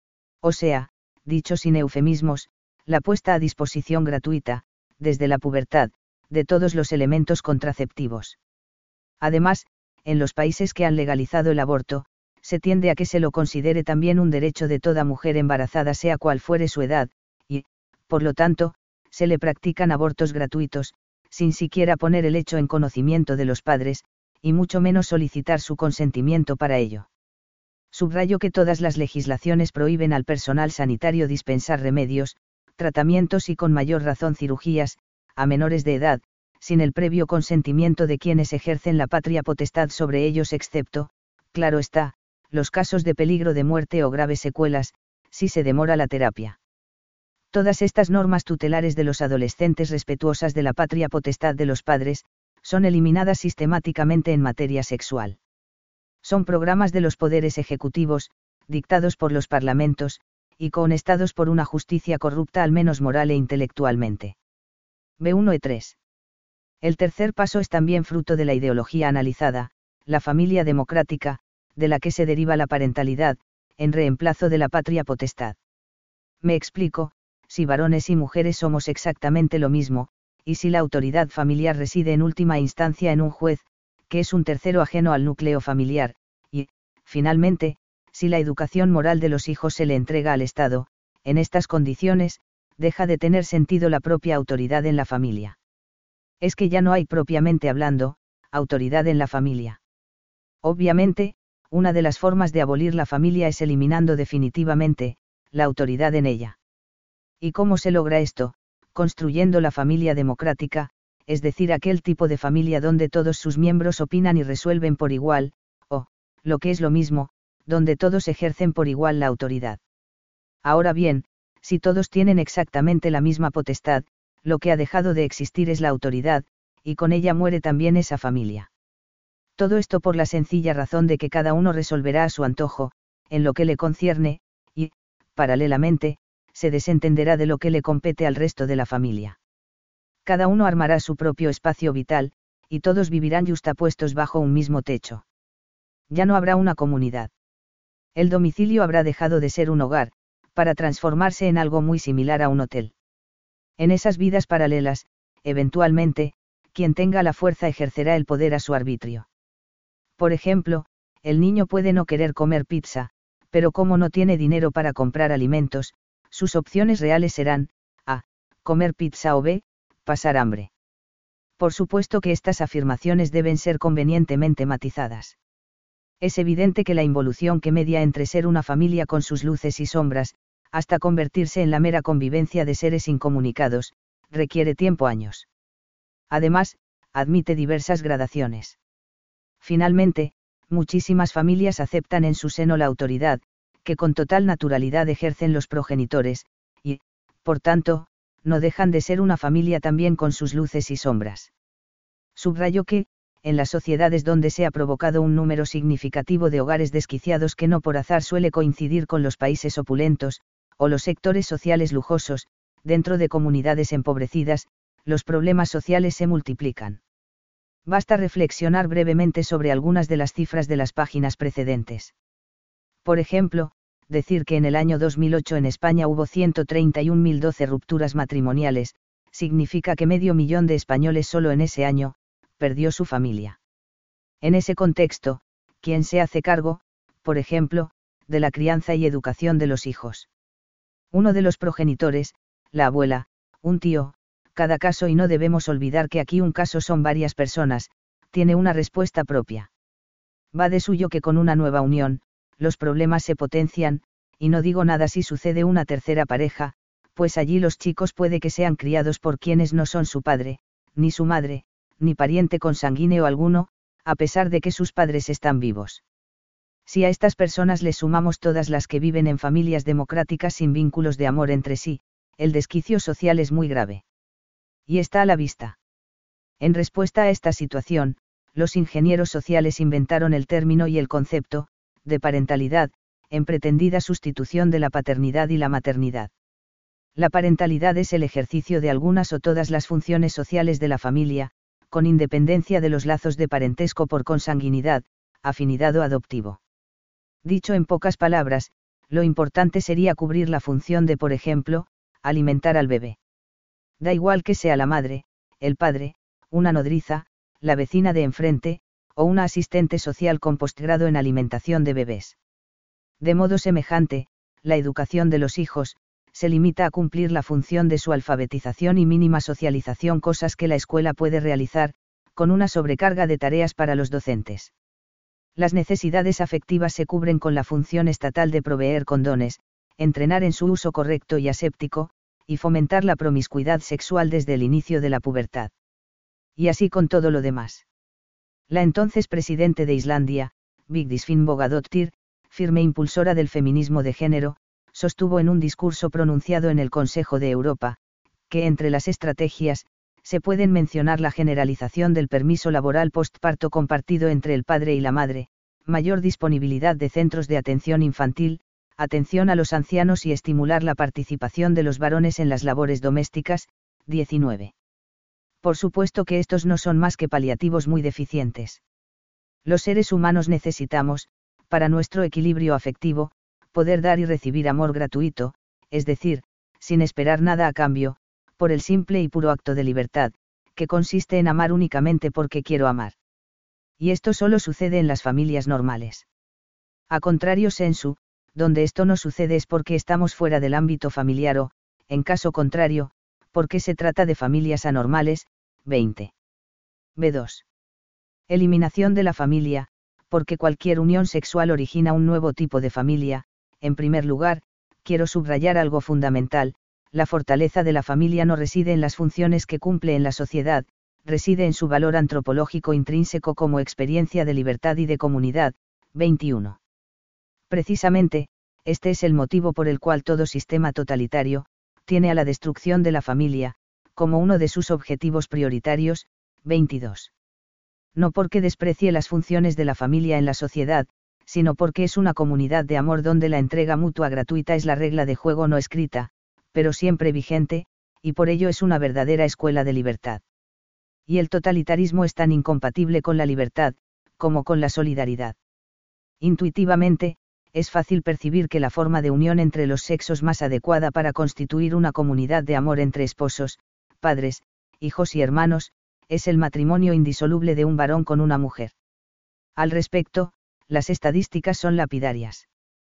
O sea, dicho sin eufemismos, la puesta a disposición gratuita, desde la pubertad, de todos los elementos contraceptivos. Además, en los países que han legalizado el aborto, se tiende a que se lo considere también un derecho de toda mujer embarazada sea cual fuere su edad, y, por lo tanto, se le practican abortos gratuitos, sin siquiera poner el hecho en conocimiento de los padres, y mucho menos solicitar su consentimiento para ello. Subrayo que todas las legislaciones prohíben al personal sanitario dispensar remedios, tratamientos y con mayor razón cirugías, a menores de edad, sin el previo consentimiento de quienes ejercen la patria potestad sobre ellos, excepto, claro está, los casos de peligro de muerte o graves secuelas, si se demora la terapia. Todas estas normas tutelares de los adolescentes respetuosas de la patria potestad de los padres, son eliminadas sistemáticamente en materia sexual. Son programas de los poderes ejecutivos, dictados por los parlamentos, y cohonestados por una justicia corrupta al menos moral e intelectualmente. B uno E tres. El tercer paso es también fruto de la ideología analizada, la familia democrática, de la que se deriva la parentalidad, en reemplazo de la patria potestad. Me explico, si varones y mujeres somos exactamente lo mismo, y si la autoridad familiar reside en última instancia en un juez, que es un tercero ajeno al núcleo familiar, y, finalmente, si la educación moral de los hijos se le entrega al Estado, en estas condiciones, deja de tener sentido la propia autoridad en la familia. Es que ya no hay propiamente hablando, autoridad en la familia. Obviamente, una de las formas de abolir la familia es eliminando definitivamente, la autoridad en ella. ¿Y cómo se logra esto? Construyendo la familia democrática, es decir, aquel tipo de familia donde todos sus miembros opinan y resuelven por igual, o, lo que es lo mismo, donde todos ejercen por igual la autoridad. Ahora bien, si todos tienen exactamente la misma potestad, lo que ha dejado de existir es la autoridad, y con ella muere también esa familia. Todo esto por la sencilla razón de que cada uno resolverá a su antojo, en lo que le concierne, y, paralelamente, se desentenderá de lo que le compete al resto de la familia. Cada uno armará su propio espacio vital, y todos vivirán yustapuestos bajo un mismo techo. Ya no habrá una comunidad. El domicilio habrá dejado de ser un hogar, para transformarse en algo muy similar a un hotel. En esas vidas paralelas, eventualmente, quien tenga la fuerza ejercerá el poder a su arbitrio. Por ejemplo, el niño puede no querer comer pizza, pero como no tiene dinero para comprar alimentos, sus opciones reales serán, A, comer pizza o B, pasar hambre. Por supuesto que estas afirmaciones deben ser convenientemente matizadas. Es evidente que la involución que media entre ser una familia con sus luces y sombras, hasta convertirse en la mera convivencia de seres incomunicados, requiere tiempo años. Además, admite diversas gradaciones. Finalmente, muchísimas familias aceptan en su seno la autoridad, que con total naturalidad ejercen los progenitores, y, por tanto, no dejan de ser una familia también con sus luces y sombras. Subrayo que, en las sociedades donde se ha provocado un número significativo de hogares desquiciados que no por azar suele coincidir con los países opulentos, o los sectores sociales lujosos, dentro de comunidades empobrecidas, los problemas sociales se multiplican. Basta reflexionar brevemente sobre algunas de las cifras de las páginas precedentes. Por ejemplo, decir que en el año dos mil ocho en España hubo ciento treinta y un mil doce rupturas matrimoniales, significa que medio millón de españoles solo en ese año, perdió su familia. En ese contexto, ¿quién se hace cargo, por ejemplo, de la crianza y educación de los hijos? Uno de los progenitores, la abuela, un tío, cada caso, y no debemos olvidar que aquí un caso son varias personas, tiene una respuesta propia. Va de suyo que con una nueva unión, los problemas se potencian, y no digo nada si sucede una tercera pareja, pues allí los chicos puede que sean criados por quienes no son su padre, ni su madre, ni pariente consanguíneo alguno, a pesar de que sus padres están vivos. Si a estas personas les sumamos todas las que viven en familias democráticas sin vínculos de amor entre sí, el desquicio social es muy grave. Y está a la vista. En respuesta a esta situación, los ingenieros sociales inventaron el término y el concepto, de parentalidad, en pretendida sustitución de la paternidad y la maternidad. La parentalidad es el ejercicio de algunas o todas las funciones sociales de la familia, con independencia de los lazos de parentesco por consanguinidad, afinidad o adoptivo. Dicho en pocas palabras, lo importante sería cubrir la función de, por ejemplo, alimentar al bebé. Da igual que sea la madre, el padre, una nodriza, la vecina de enfrente, o una asistente social con postgrado en alimentación de bebés. De modo semejante, la educación de los hijos, se limita a cumplir la función de su alfabetización y mínima socialización, cosas que la escuela puede realizar, con una sobrecarga de tareas para los docentes. Las necesidades afectivas se cubren con la función estatal de proveer condones, entrenar en su uso correcto y aséptico, y fomentar la promiscuidad sexual desde el inicio de la pubertad. Y así con todo lo demás. La entonces presidente de Islandia, Vigdis Finnbogadóttir, firme impulsora del feminismo de género, sostuvo en un discurso pronunciado en el Consejo de Europa, que entre las estrategias, se pueden mencionar la generalización del permiso laboral postparto compartido entre el padre y la madre, mayor disponibilidad de centros de atención infantil, atención a los ancianos y estimular la participación de los varones en las labores domésticas. diecinueve. Por supuesto que estos no son más que paliativos muy deficientes. Los seres humanos necesitamos, para nuestro equilibrio afectivo, poder dar y recibir amor gratuito, es decir, sin esperar nada a cambio, por el simple y puro acto de libertad, que consiste en amar únicamente porque quiero amar. Y esto solo sucede en las familias normales. A contrario sensu, donde esto no sucede es porque estamos fuera del ámbito familiar o, en caso contrario, porque se trata de familias anormales. veinte. B dos. Eliminación de la familia, porque cualquier unión sexual origina un nuevo tipo de familia. En primer lugar, quiero subrayar algo fundamental: la fortaleza de la familia no reside en las funciones que cumple en la sociedad, reside en su valor antropológico intrínseco como experiencia de libertad y de comunidad. veintiuno. Precisamente, este es el motivo por el cual todo sistema totalitario tiene a la destrucción de la familia como uno de sus objetivos prioritarios. veintidós. No porque desprecie las funciones de la familia en la sociedad, sino porque es una comunidad de amor donde la entrega mutua gratuita es la regla de juego no escrita, pero siempre vigente, y por ello es una verdadera escuela de libertad. Y el totalitarismo es tan incompatible con la libertad, como con la solidaridad. Intuitivamente, es fácil percibir que la forma de unión entre los sexos más adecuada para constituir una comunidad de amor entre esposos, padres, hijos y hermanos, es el matrimonio indisoluble de un varón con una mujer. Al respecto, las estadísticas son lapidarias.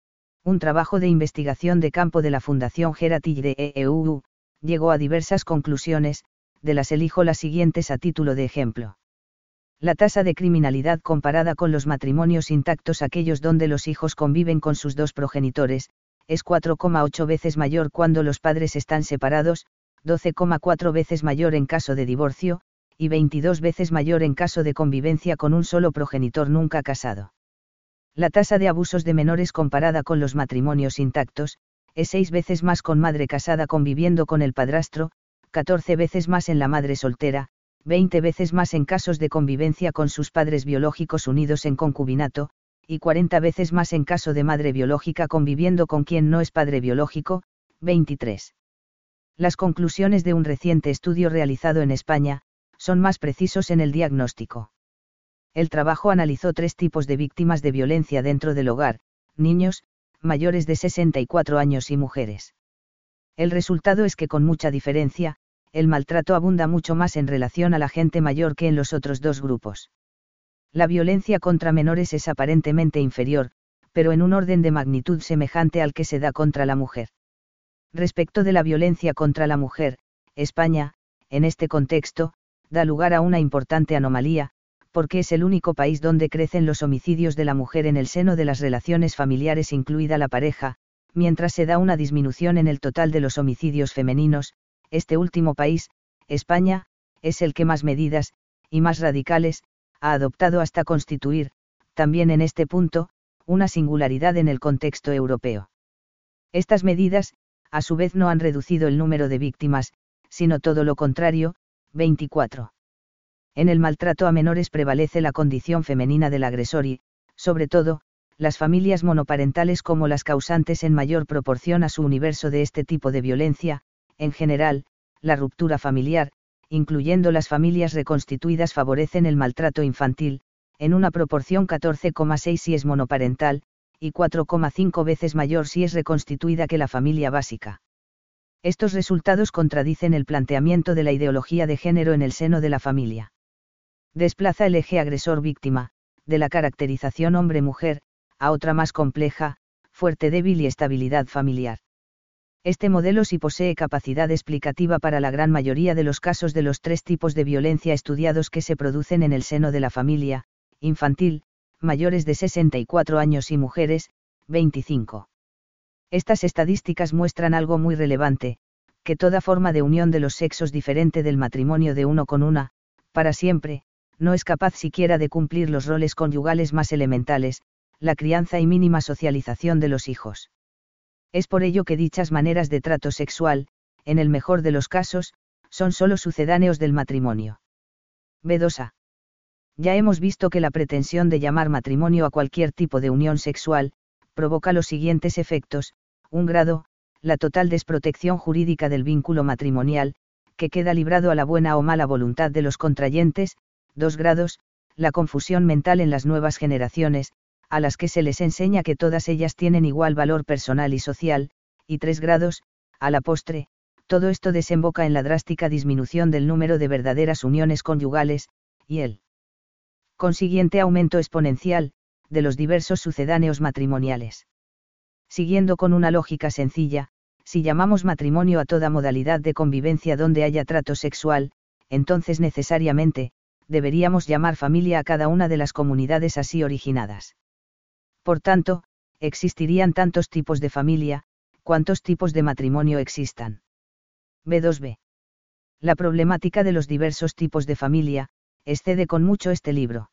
Un trabajo de investigación de campo de la Fundación Geratilde E E U llegó a diversas conclusiones, de las elijo las siguientes a título de ejemplo. La tasa de criminalidad comparada con los matrimonios intactos, aquellos donde los hijos conviven con sus dos progenitores, es cuatro coma ocho veces mayor cuando los padres están separados, doce coma cuatro veces mayor en caso de divorcio, y veintidós veces mayor en caso de convivencia con un solo progenitor nunca casado. La tasa de abusos de menores comparada con los matrimonios intactos, es seis veces más con madre casada conviviendo con el padrastro, catorce veces más en la madre soltera, veinte veces más en casos de convivencia con sus padres biológicos unidos en concubinato, y cuarenta veces más en caso de madre biológica conviviendo con quien no es padre biológico. veintitrés. Las conclusiones de un reciente estudio realizado en España son más precisos en el diagnóstico. El trabajo analizó tres tipos de víctimas de violencia dentro del hogar: niños, mayores de sesenta y cuatro años y mujeres. El resultado es que con mucha diferencia, el maltrato abunda mucho más en relación a la gente mayor que en los otros dos grupos. La violencia contra menores es aparentemente inferior, pero en un orden de magnitud semejante al que se da contra la mujer. Respecto de la violencia contra la mujer, España, en este contexto, da lugar a una importante anomalía, porque es el único país donde crecen los homicidios de la mujer en el seno de las relaciones familiares incluida la pareja, mientras se da una disminución en el total de los homicidios femeninos. Este último país, España, es el que más medidas, y más radicales, ha adoptado hasta constituir, también en este punto, una singularidad en el contexto europeo. Estas medidas, a su vez no han reducido el número de víctimas, sino todo lo contrario. veinticuatro. En el maltrato a menores prevalece la condición femenina del agresor y, sobre todo, las familias monoparentales como las causantes en mayor proporción a su universo de este tipo de violencia. En general, la ruptura familiar, incluyendo las familias reconstituidas, favorecen el maltrato infantil, en una proporción catorce coma seis si es monoparental, y cuatro coma cinco veces mayor si es reconstituida que la familia básica. Estos resultados contradicen el planteamiento de la ideología de género en el seno de la familia. Desplaza el eje agresor-víctima, de la caracterización hombre-mujer, a otra más compleja, fuerte, débil y estabilidad familiar. Este modelo sí posee capacidad explicativa para la gran mayoría de los casos de los tres tipos de violencia estudiados que se producen en el seno de la familia: infantil, mayores de sesenta y cuatro años y mujeres. veinticinco. Estas estadísticas muestran algo muy relevante, que toda forma de unión de los sexos diferente del matrimonio de uno con una, para siempre, no es capaz siquiera de cumplir los roles conyugales más elementales, la crianza y mínima socialización de los hijos. Es por ello que dichas maneras de trato sexual, en el mejor de los casos, son solo sucedáneos del matrimonio. B dos A. Ya hemos visto que la pretensión de llamar matrimonio a cualquier tipo de unión sexual, provoca los siguientes efectos: un grado, la total desprotección jurídica del vínculo matrimonial, que queda librado a la buena o mala voluntad de los contrayentes; dos grados, la confusión mental en las nuevas generaciones, a las que se les enseña que todas ellas tienen igual valor personal y social; y tres grados, a la postre, todo esto desemboca en la drástica disminución del número de verdaderas uniones conyugales, y el consiguiente aumento exponencial, de los diversos sucedáneos matrimoniales. Siguiendo con una lógica sencilla, si llamamos matrimonio a toda modalidad de convivencia donde haya trato sexual, entonces necesariamente, deberíamos llamar familia a cada una de las comunidades así originadas. Por tanto, existirían tantos tipos de familia, cuantos tipos de matrimonio existan. B dos B. La problemática de los diversos tipos de familia, excede con mucho este libro.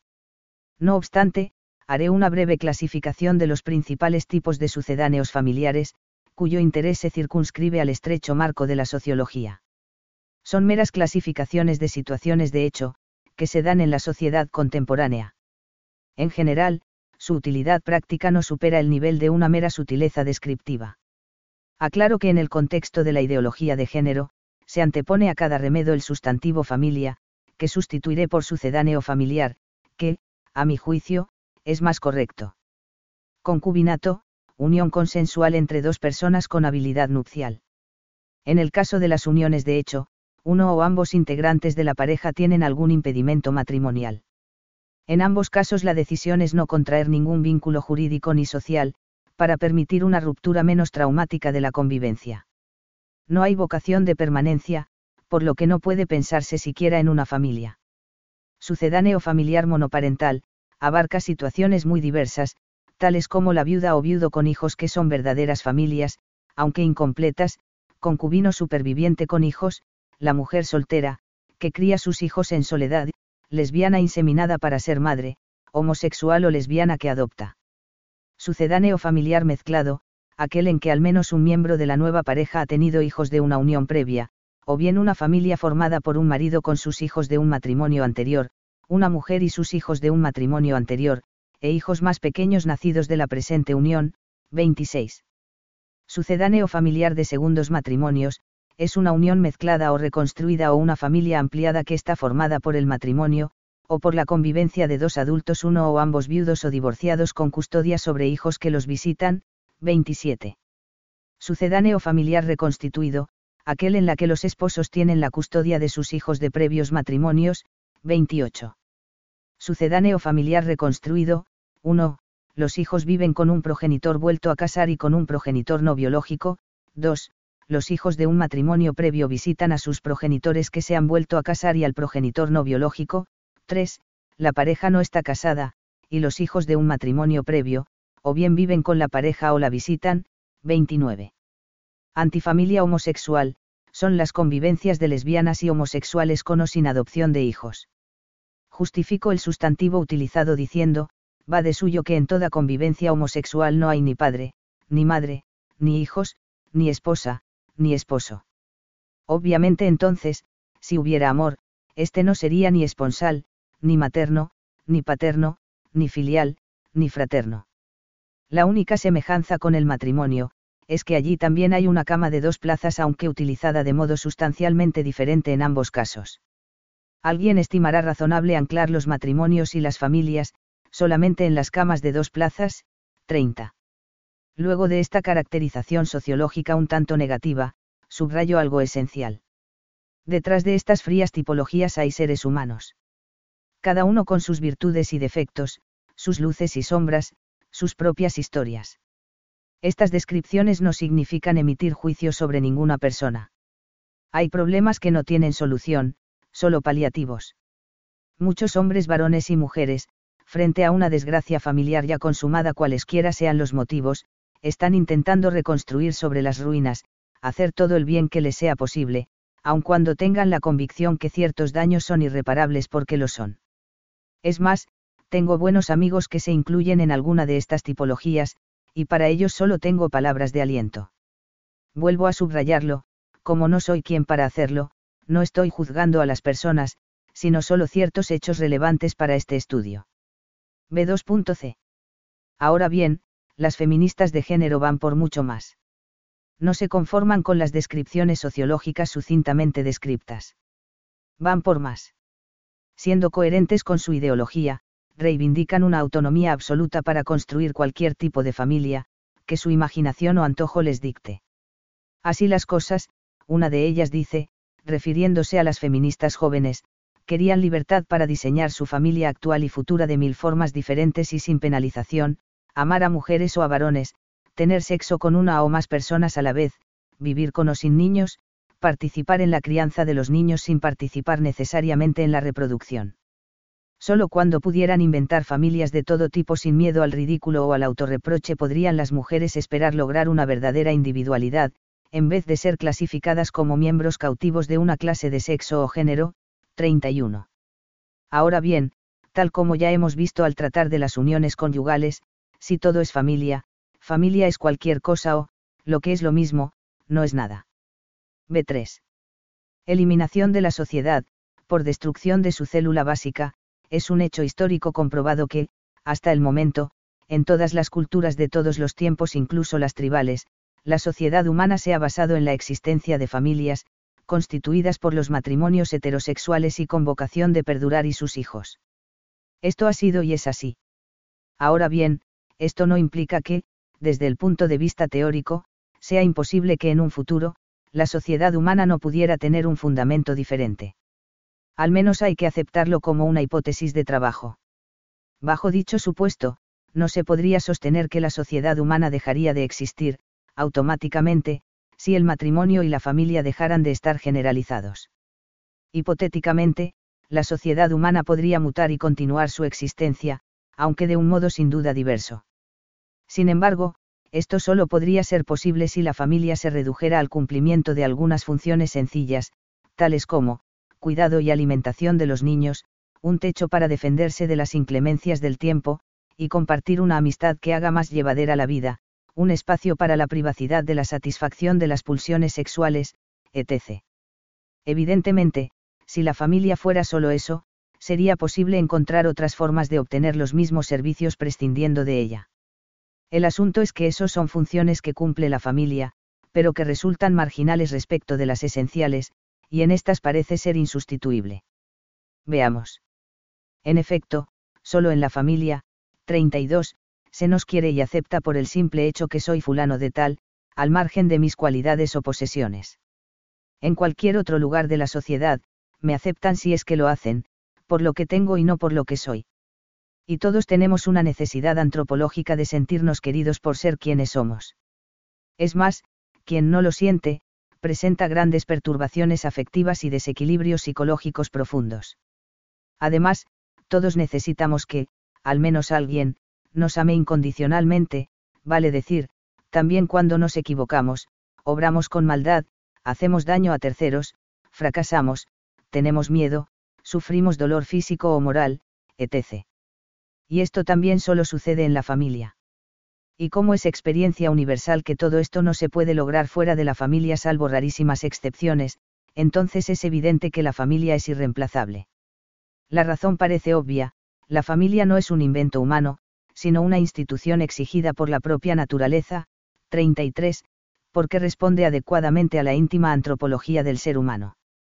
No obstante, haré una breve clasificación de los principales tipos de sucedáneos familiares, cuyo interés se circunscribe al estrecho marco de la sociología. Son meras clasificaciones de situaciones de hecho, que se dan en la sociedad contemporánea. En general, su utilidad práctica no supera el nivel de una mera sutileza descriptiva. Aclaro que en el contexto de la ideología de género, se antepone a cada remedo el sustantivo familia, que sustituiré por sucedáneo familiar, que, a mi juicio, es más correcto. Concubinato, unión consensual entre dos personas con habilidad nupcial. En el caso de las uniones de hecho, uno o ambos integrantes de la pareja tienen algún impedimento matrimonial. En ambos casos la decisión es no contraer ningún vínculo jurídico ni social, para permitir una ruptura menos traumática de la convivencia. No hay vocación de permanencia, por lo que no puede pensarse siquiera en una familia. Sucedáneo familiar monoparental, abarca situaciones muy diversas, tales como la viuda o viudo con hijos que son verdaderas familias, aunque incompletas, concubino superviviente con hijos, la mujer soltera, que cría sus hijos en soledad, lesbiana inseminada para ser madre, homosexual o lesbiana que adopta. Sucedáneo familiar mezclado, aquel en que al menos un miembro de la nueva pareja ha tenido hijos de una unión previa, o bien una familia formada por un marido con sus hijos de un matrimonio anterior, una mujer y sus hijos de un matrimonio anterior, e hijos más pequeños nacidos de la presente unión. veintiséis. Sucedáneo familiar de segundos matrimonios, es una unión mezclada o reconstruida o una familia ampliada que está formada por el matrimonio, o por la convivencia de dos adultos, uno o ambos viudos o divorciados con custodia sobre hijos que los visitan. veintisiete. Sucedáneo familiar reconstituido, aquel en la que los esposos tienen la custodia de sus hijos de previos matrimonios. veintiocho. Sucedáneo familiar reconstruido, uno. Los hijos viven con un progenitor vuelto a casar y con un progenitor no biológico. dos. Los hijos de un matrimonio previo visitan a sus progenitores que se han vuelto a casar y al progenitor no biológico. tres. La pareja no está casada, y los hijos de un matrimonio previo, o bien viven con la pareja o la visitan. veintinueve. Antifamilia homosexual, son las convivencias de lesbianas y homosexuales con o sin adopción de hijos. Justifico el sustantivo utilizado diciendo, va de suyo que en toda convivencia homosexual no hay ni padre, ni madre, ni hijos, ni esposa, ni esposo. Obviamente entonces, si hubiera amor, este no sería ni esponsal, ni materno, ni paterno, ni filial, ni fraterno. La única semejanza con el matrimonio, es que allí también hay una cama de dos plazas aunque utilizada de modo sustancialmente diferente en ambos casos. Alguien estimará razonable anclar los matrimonios y las familias, solamente en las camas de dos plazas. treinta. Luego de esta caracterización sociológica un tanto negativa, subrayo algo esencial. Detrás de estas frías tipologías hay seres humanos. Cada uno con sus virtudes y defectos, sus luces y sombras, sus propias historias. Estas descripciones no significan emitir juicios sobre ninguna persona. Hay problemas que no tienen solución, solo paliativos. Muchos hombres, varones y mujeres, frente a una desgracia familiar ya consumada cualesquiera sean los motivos, están intentando reconstruir sobre las ruinas, hacer todo el bien que les sea posible, aun cuando tengan la convicción que ciertos daños son irreparables porque lo son. Es más, tengo buenos amigos que se incluyen en alguna de estas tipologías, y para ellos solo tengo palabras de aliento. Vuelvo a subrayarlo, como no soy quien para hacerlo, no estoy juzgando a las personas, sino solo ciertos hechos relevantes para este estudio. B dos punto c. Ahora bien, las feministas de género van por mucho más. No se conforman con las descripciones sociológicas sucintamente descriptas. Van por más. Siendo coherentes con su ideología, reivindican una autonomía absoluta para construir cualquier tipo de familia, que su imaginación o antojo les dicte. Así las cosas, una de ellas dice, refiriéndose a las feministas jóvenes, querían libertad para diseñar su familia actual y futura de mil formas diferentes y sin penalización, amar a mujeres o a varones, tener sexo con una o más personas a la vez, vivir con o sin niños, participar en la crianza de los niños sin participar necesariamente en la reproducción. Solo cuando pudieran inventar familias de todo tipo sin miedo al ridículo o al autorreproche podrían las mujeres esperar lograr una verdadera individualidad, en vez de ser clasificadas como miembros cautivos de una clase de sexo o género. treinta y uno. Ahora bien, tal como ya hemos visto al tratar de las uniones conyugales, si todo es familia, familia es cualquier cosa o, lo que es lo mismo, no es nada. B tres. Eliminación de la sociedad, por destrucción de su célula básica, es un hecho histórico comprobado que, hasta el momento, en todas las culturas de todos los tiempos, incluso las tribales, la sociedad humana se ha basado en la existencia de familias, constituidas por los matrimonios heterosexuales y con vocación de perdurar y sus hijos. Esto ha sido y es así. Ahora bien, esto no implica que, desde el punto de vista teórico, sea imposible que en un futuro, la sociedad humana no pudiera tener un fundamento diferente. Al menos hay que aceptarlo como una hipótesis de trabajo. Bajo dicho supuesto, no se podría sostener que la sociedad humana dejaría de existir, automáticamente, si el matrimonio y la familia dejaran de estar generalizados. Hipotéticamente, la sociedad humana podría mutar y continuar su existencia, aunque de un modo sin duda diverso. Sin embargo, esto solo podría ser posible si la familia se redujera al cumplimiento de algunas funciones sencillas, tales como, cuidado y alimentación de los niños, un techo para defenderse de las inclemencias del tiempo, y compartir una amistad que haga más llevadera la vida, un espacio para la privacidad de la satisfacción de las pulsiones sexuales, etcétera. Evidentemente, si la familia fuera solo eso, sería posible encontrar otras formas de obtener los mismos servicios prescindiendo de ella. El asunto es que esos son funciones que cumple la familia, pero que resultan marginales respecto de las esenciales, y en estas parece ser insustituible. Veamos. En efecto, solo en la familia, treinta y dos, se nos quiere y acepta por el simple hecho que soy fulano de tal, al margen de mis cualidades o posesiones. En cualquier otro lugar de la sociedad, me aceptan si es que lo hacen, por lo que tengo y no por lo que soy. Y todos tenemos una necesidad antropológica de sentirnos queridos por ser quienes somos. Es más, quien no lo siente, presenta grandes perturbaciones afectivas y desequilibrios psicológicos profundos. Además, todos necesitamos que, al menos alguien, nos ame incondicionalmente, vale decir, también cuando nos equivocamos, obramos con maldad, hacemos daño a terceros, fracasamos, tenemos miedo, sufrimos dolor físico o moral, etcétera. Y esto también solo sucede en la familia. Y como es experiencia universal que todo esto no se puede lograr fuera de la familia salvo rarísimas excepciones, entonces es evidente que la familia es irreemplazable. La razón parece obvia, la familia no es un invento humano, sino una institución exigida por la propia naturaleza. treinta y tres, porque responde adecuadamente a la íntima antropología del ser humano.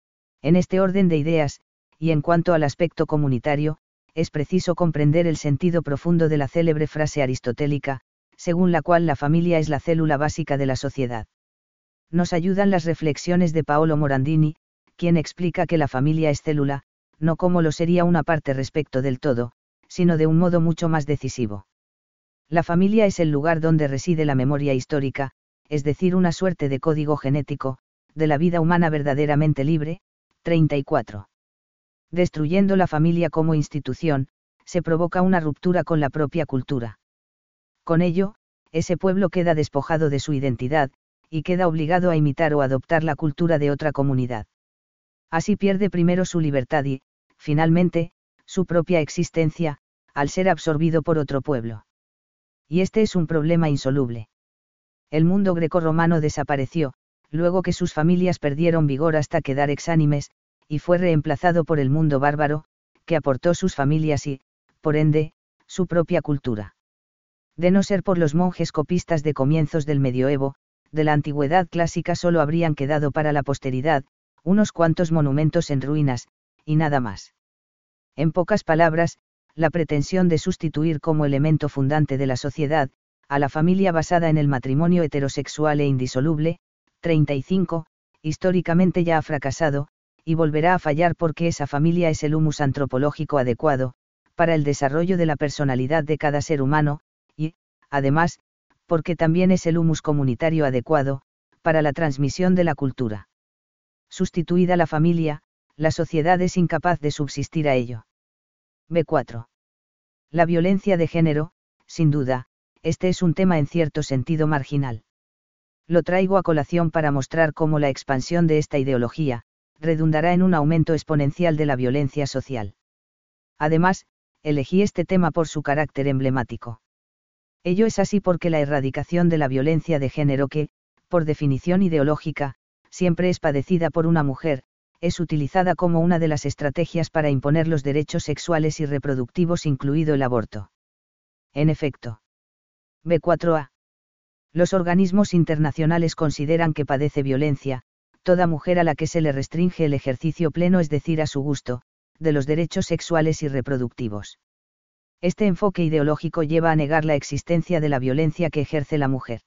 En este orden de ideas, y en cuanto al aspecto comunitario, es preciso comprender el sentido profundo de la célebre frase aristotélica, según la cual la familia es la célula básica de la sociedad. Nos ayudan las reflexiones de Paolo Morandini, quien explica que la familia es célula, no como lo sería una parte respecto del todo, sino de un modo mucho más decisivo. La familia es el lugar donde reside la memoria histórica, es decir, una suerte de código genético, de la vida humana verdaderamente libre. treinta y cuatro. Destruyendo la familia como institución, se provoca una ruptura con la propia cultura. Con ello, ese pueblo queda despojado de su identidad, y queda obligado a imitar o adoptar la cultura de otra comunidad. Así pierde primero su libertad y, finalmente, su propia existencia, al ser absorbido por otro pueblo. Y este es un problema insoluble. El mundo grecorromano desapareció, luego que sus familias perdieron vigor hasta quedar exánimes, y fue reemplazado por el mundo bárbaro, que aportó sus familias y, por ende, su propia cultura. De no ser por los monjes copistas de comienzos del medioevo, de la antigüedad clásica solo habrían quedado para la posteridad, unos cuantos monumentos en ruinas, y nada más. En pocas palabras, la pretensión de sustituir como elemento fundante de la sociedad, a la familia basada en el matrimonio heterosexual e indisoluble, treinta y cinco, históricamente ya ha fracasado, y volverá a fallar porque esa familia es el humus antropológico adecuado, para el desarrollo de la personalidad de cada ser humano, y, además, porque también es el humus comunitario adecuado, para la transmisión de la cultura. Sustituida la familia, la sociedad es incapaz de subsistir a ello. B cuatro. La violencia de género, sin duda, este es un tema en cierto sentido marginal. Lo traigo a colación para mostrar cómo la expansión de esta ideología, redundará en un aumento exponencial de la violencia social. Además, elegí este tema por su carácter emblemático. Ello es así porque la erradicación de la violencia de género que, por definición ideológica, siempre es padecida por una mujer, es utilizada como una de las estrategias para imponer los derechos sexuales y reproductivos incluido el aborto. En efecto. B cuatro A. Los organismos internacionales consideran que padece violencia, toda mujer a la que se le restringe el ejercicio pleno, es decir, a su gusto, de los derechos sexuales y reproductivos. Este enfoque ideológico lleva a negar la existencia de la violencia que ejerce la mujer.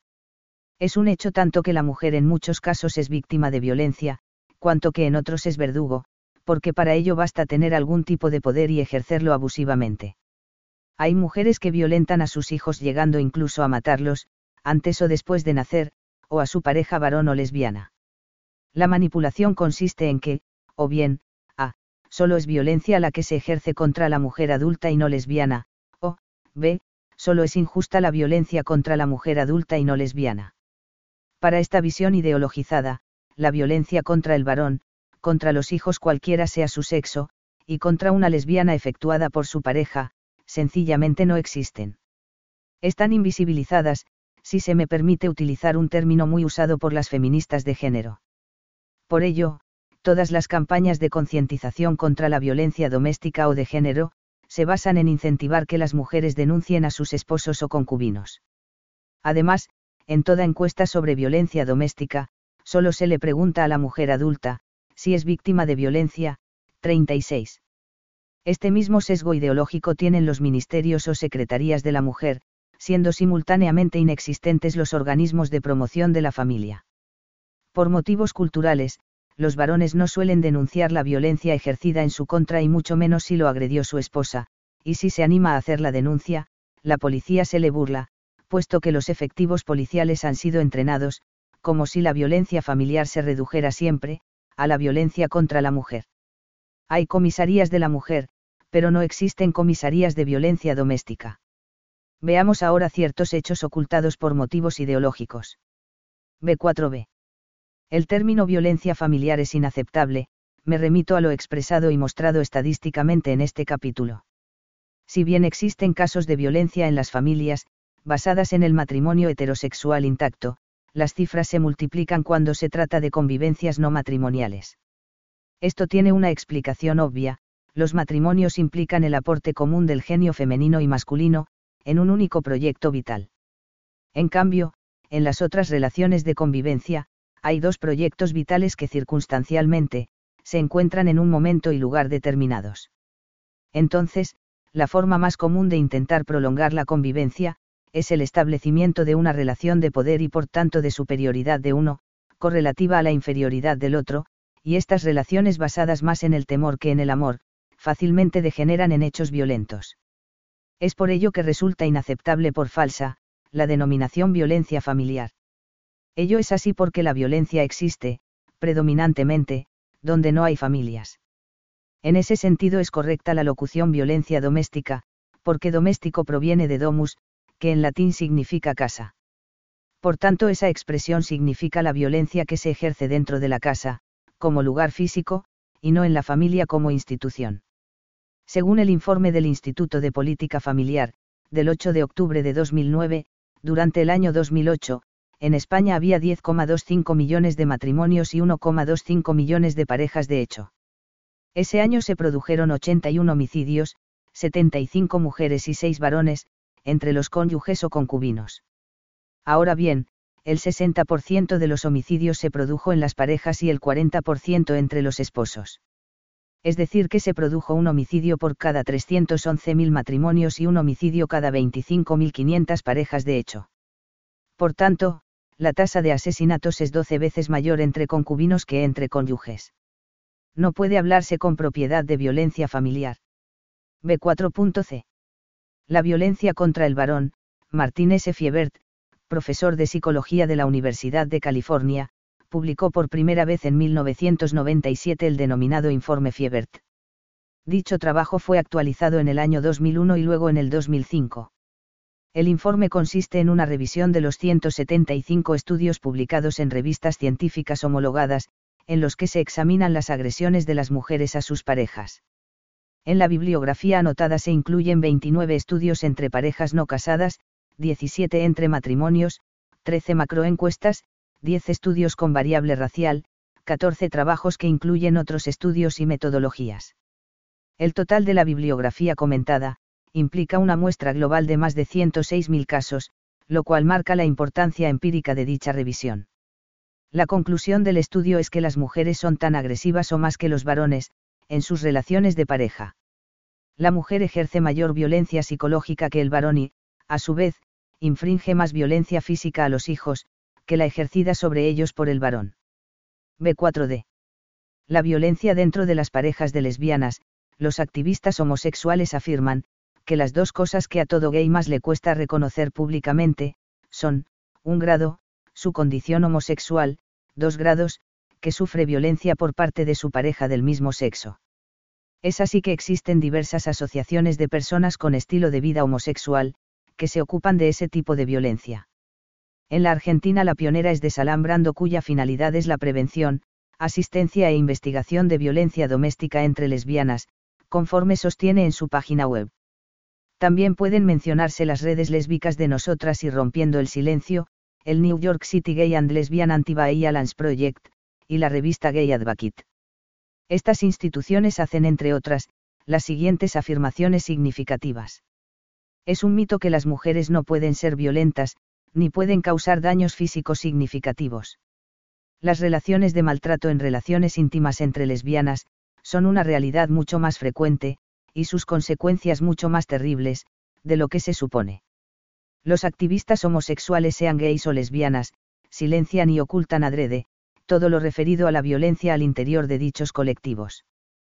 Es un hecho tanto que la mujer en muchos casos es víctima de violencia, cuanto que en otros es verdugo, porque para ello basta tener algún tipo de poder y ejercerlo abusivamente. Hay mujeres que violentan a sus hijos llegando incluso a matarlos, antes o después de nacer, o a su pareja varón o lesbiana. La manipulación consiste en que, o bien, a, solo es violencia la que se ejerce contra la mujer adulta y no lesbiana, o, b, solo es injusta la violencia contra la mujer adulta y no lesbiana. Para esta visión ideologizada, la violencia contra el varón, contra los hijos cualquiera sea su sexo, y contra una lesbiana efectuada por su pareja, sencillamente no existen. Están invisibilizadas, si se me permite utilizar un término muy usado por las feministas de género. Por ello, todas las campañas de concientización contra la violencia doméstica o de género, se basan en incentivar que las mujeres denuncien a sus esposos o concubinos. Además, en toda encuesta sobre violencia doméstica, solo se le pregunta a la mujer adulta, si es víctima de violencia, treinta y seis. Este mismo sesgo ideológico tienen los ministerios o secretarías de la mujer, siendo simultáneamente inexistentes los organismos de promoción de la familia. Por motivos culturales, los varones no suelen denunciar la violencia ejercida en su contra y mucho menos si lo agredió su esposa, y si se anima a hacer la denuncia, la policía se le burla, puesto que los efectivos policiales han sido entrenados, como si la violencia familiar se redujera siempre, a la violencia contra la mujer. Hay comisarías de la mujer, pero no existen comisarías de violencia doméstica. Veamos ahora ciertos hechos ocultados por motivos ideológicos. B cuatro B. El término violencia familiar es inaceptable, me remito a lo expresado y mostrado estadísticamente en este capítulo. Si bien existen casos de violencia en las familias, basadas en el matrimonio heterosexual intacto, las cifras se multiplican cuando se trata de convivencias no matrimoniales. Esto tiene una explicación obvia: los matrimonios implican el aporte común del genio femenino y masculino, en un único proyecto vital. En cambio, en las otras relaciones de convivencia, hay dos proyectos vitales que circunstancialmente, se encuentran en un momento y lugar determinados. Entonces, la forma más común de intentar prolongar la convivencia, es el establecimiento de una relación de poder y por tanto de superioridad de uno, correlativa a la inferioridad del otro, y estas relaciones basadas más en el temor que en el amor, fácilmente degeneran en hechos violentos. Es por ello que resulta inaceptable por falsa, la denominación violencia familiar. Ello es así porque la violencia existe, predominantemente, donde no hay familias. En ese sentido es correcta la locución violencia doméstica, porque doméstico proviene de domus, que en latín significa casa. Por tanto, esa expresión significa la violencia que se ejerce dentro de la casa, como lugar físico, y no en la familia como institución. Según el informe del Instituto de Política Familiar, del ocho de octubre de dos mil nueve, durante el año dos mil ocho, en España había diez coma veinticinco millones de matrimonios y uno coma veinticinco millones de parejas de hecho. Ese año se produjeron ochenta y uno homicidios, setenta y cinco mujeres y seis varones, entre los cónyuges o concubinos. Ahora bien, el sesenta por ciento de los homicidios se produjo en las parejas y el cuarenta por ciento entre los esposos. Es decir que se produjo un homicidio por cada trescientos once mil matrimonios y un homicidio cada veinticinco mil quinientas parejas de hecho. Por tanto, la tasa de asesinatos es doce veces mayor entre concubinos que entre cónyuges. No puede hablarse con propiedad de violencia familiar. B cuatro punto c. La violencia contra el varón. Martin S. Fiebert, profesor de psicología de la Universidad de California, publicó por primera vez en mil novecientos noventa y siete el denominado Informe Fiebert. Dicho trabajo fue actualizado en el año dos mil uno y luego en el dos mil cinco. El informe consiste en una revisión de los ciento setenta y cinco estudios publicados en revistas científicas homologadas, en los que se examinan las agresiones de las mujeres a sus parejas. En la bibliografía anotada se incluyen veintinueve estudios entre parejas no casadas, diecisiete entre matrimonios, trece macroencuestas, diez estudios con variable racial, catorce trabajos que incluyen otros estudios y metodologías. El total de la bibliografía comentada implica una muestra global de más de ciento seis mil casos, lo cual marca la importancia empírica de dicha revisión. La conclusión del estudio es que las mujeres son tan agresivas o más que los varones, en sus relaciones de pareja. La mujer ejerce mayor violencia psicológica que el varón y, a su vez, infringe más violencia física a los hijos, que la ejercida sobre ellos por el varón. B cuatro d. La violencia dentro de las parejas de lesbianas. Los activistas homosexuales afirman, que las dos cosas que a todo gay más le cuesta reconocer públicamente, son, un grado, su condición homosexual, dos grados, que sufre violencia por parte de su pareja del mismo sexo. Es así que existen diversas asociaciones de personas con estilo de vida homosexual, que se ocupan de ese tipo de violencia. En la Argentina la pionera es Desalambrando, cuya finalidad es la prevención, asistencia e investigación de violencia doméstica entre lesbianas, conforme sostiene en su página web. También pueden mencionarse las redes lésbicas de Nosotras y Rompiendo el Silencio, el New York City Gay and Lesbian Anti-Violence Project, y la revista Gay Advocate. Estas instituciones hacen, entre otras, las siguientes afirmaciones significativas. Es un mito que las mujeres no pueden ser violentas, ni pueden causar daños físicos significativos. Las relaciones de maltrato en relaciones íntimas entre lesbianas, son una realidad mucho más frecuente, y sus consecuencias mucho más terribles, de lo que se supone. Los activistas homosexuales, sean gays o lesbianas, silencian y ocultan adrede, todo lo referido a la violencia al interior de dichos colectivos.